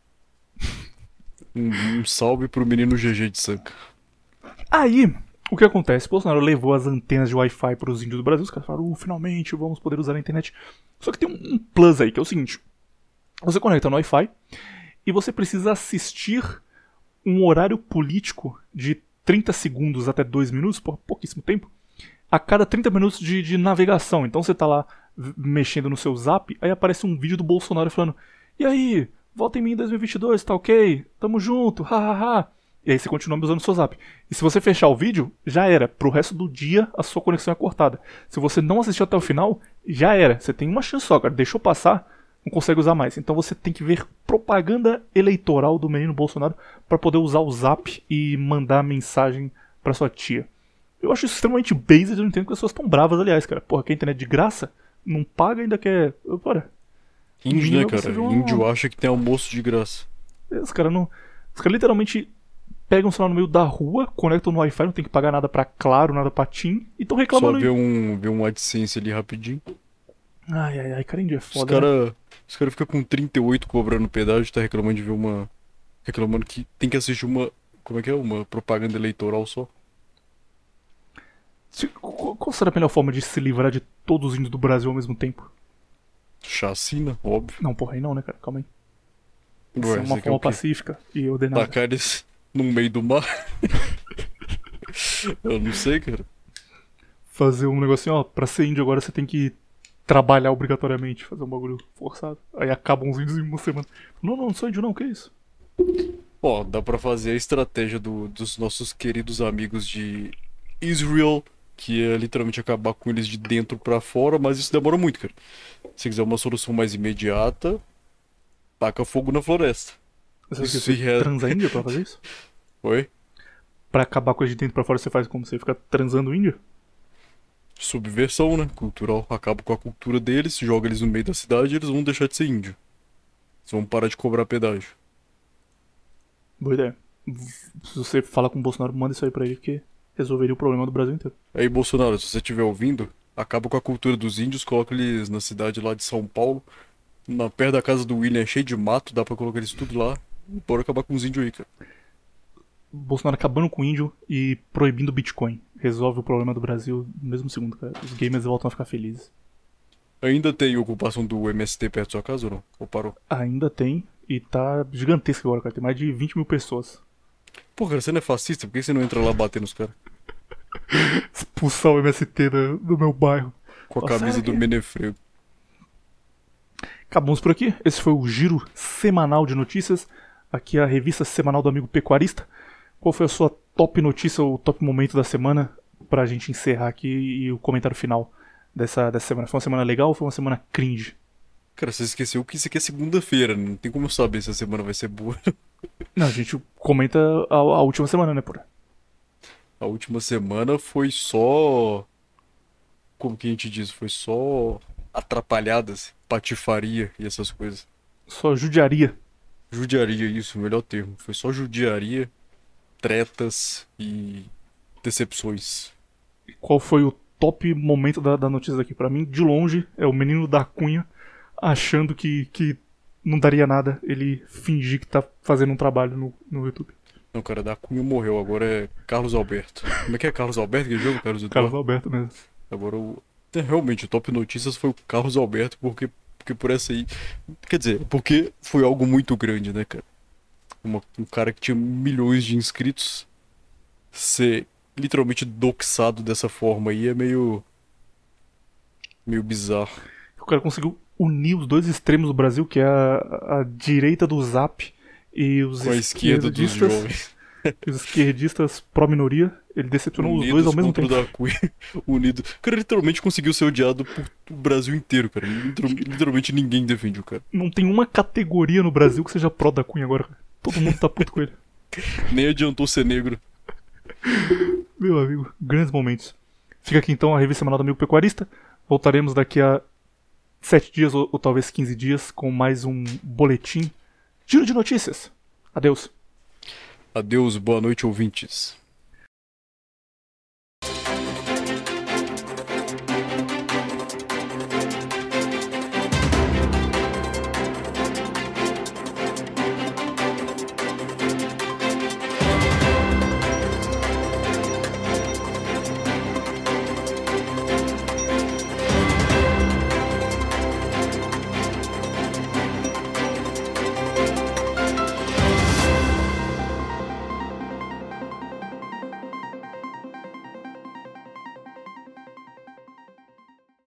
Um, um salve pro menino G G de Sanca. Aí, o que acontece? O Bolsonaro levou as antenas de Wi-Fi para os índios do Brasil. Os caras falaram, uh, finalmente vamos poder usar a internet. Só que tem um, um plus aí, que é o seguinte. Você conecta no Wi-Fi e você precisa assistir um horário político de trinta segundos até dois minutos, por pouquíssimo tempo, a cada trinta minutos de, de navegação. Então você tá lá v- mexendo no seu zap, aí aparece um vídeo do Bolsonaro falando, e aí, vota em mim em dois mil e vinte e dois, tá ok? Tamo junto, hahaha. E aí você continua usando o seu zap. E se você fechar o vídeo, já era. Pro resto do dia, a sua conexão é cortada. Se você não assistiu até o final, já era. Você tem uma chance só, cara. Deixou passar, não consegue usar mais. Então você tem que ver propaganda eleitoral do menino Bolsonaro para poder usar o zap e mandar mensagem pra sua tia. Eu acho isso extremamente basic, eu não entendo que as pessoas estão bravas, aliás, cara. Porra, quer internet de graça? Não paga, ainda quer... Bora. Índio, né, Você cara? viu uma- Índio acha que tem almoço de graça. Os caras não... Os caras literalmente pegam o celular no meio da rua, conectam no Wi-Fi, não tem que pagar nada pra Claro, nada pra TIM, e estão Só reclamando. ver um, ver um AdSense ali rapidinho. Ai, ai, ai, cara, índio é Os foda, né? caras os cara ficam com trinta e oito cobrando pedágio, tá reclamando de ver uma... Reclamando que tem que assistir uma... Como é que é? Uma propaganda eleitoral só. Se- Qual qual será a melhor forma de se livrar de todos os índios do Brasil ao mesmo tempo? Chacina, óbvio. Não, porra, aí não, né, cara? Calma aí. Isso Ué, é uma você quer forma o quê? pacífica e ordenada. Tacar eles no meio do mar? Eu não sei, cara. Fazer um negocinho, ó, pra ser índio agora você tem que trabalhar obrigatoriamente, fazer um bagulho forçado. Aí acabam os índios em uma semana. Não, não, não sou índio não, que isso? Ó, dá pra fazer a estratégia do- dos nossos queridos amigos de Israel, que é literalmente acabar com eles de dentro pra fora, mas isso demora muito, cara. Se quiser uma solução mais imediata, taca fogo na floresta. Você Isso você é- transa índio pra fazer isso? Oi? Pra acabar com a de dentro pra fora você faz como? Você fica transando índio? Subversão, né? Cultural. Acaba com a cultura deles, joga eles no meio da cidade e eles vão deixar de ser índio. Eles vão parar de cobrar pedágio. Boa ideia. Se você fala com o Bolsonaro, manda isso aí pra ele, que resolveria o problema do Brasil inteiro. Aí, Bolsonaro, se você estiver ouvindo, acaba com a cultura dos índios, coloca eles na cidade lá de São Paulo, na perto da casa do William, é cheio de mato, dá pra colocar eles tudo lá. Bora acabar com os índios aí, cara. Bolsonaro acabando com o índio e proibindo o Bitcoin. Resolve o problema do Brasil no mesmo segundo, cara. Os gamers voltam a ficar felizes. Ainda tem ocupação do M S T perto da sua casa ou não? Ou parou? Ainda tem, e tá gigantesco agora, cara. Tem mais de vinte mil pessoas. Pô, cara, você não é fascista? Por que você não entra lá bater nos caras? expulsar o M S T do, do meu bairro. Com a Nossa, camisa do que- Menefrego. Acabamos por aqui. Esse foi o Giro Semanal de Notícias. Aqui é a revista semanal do Amigo Pecuarista. Qual foi a sua top notícia ou top momento da semana pra gente encerrar aqui e o comentário final dessa, dessa semana? Foi uma semana legal ou foi uma semana cringe? Cara, você esqueceu que isso aqui é segunda-feira, né? Não tem como eu saber se a semana vai ser boa. Não, a gente comenta a, a última semana, né, porra? A última semana foi só. Como que a gente diz? Foi só atrapalhadas, patifaria e essas coisas. Só judiaria. Judiaria, isso, o melhor termo. Foi só judiaria, tretas e decepções. Qual foi o top momento da, da notícia daqui? Pra mim, de longe, é o menino da Cunha achando que, que não daria nada ele fingir que tá fazendo um trabalho no, no YouTube. Não, cara, da Cunha morreu, agora é Carlos Alberto. Como é que é Carlos Alberto? Que jogo, Carlos Eduardo? Carlos Alberto mesmo. Agora o. é, Realmente, o top notícias foi o Carlos Alberto, porque, porque por essa aí. Quer dizer, porque foi algo muito grande, né, cara? Uma- um cara que tinha milhões de inscritos ser literalmente doxado dessa forma aí é meio. meio bizarro. O cara conseguiu unir os dois extremos do Brasil, que é a, a direita do Zap e os Com a esquerda dos esquerdistas, jovens. os esquerdistas pró-minoria. Ele decepcionou os dois ao mesmo contra o tempo. da Cunha. Unido. O cara literalmente conseguiu ser odiado por o Brasil inteiro, cara. Literal- Literalmente ninguém defende o cara. Não tem uma categoria no Brasil que seja pró da Cunha agora, cara. Todo mundo tá puto com ele. Nem adiantou ser negro. Meu amigo, grandes momentos. Fica aqui então a revista semanal do Amigo Pecuarista. Voltaremos daqui a sete dias ou, ou talvez quinze dias com mais um boletim. Giro de notícias. Adeus. Adeus, boa noite, ouvintes.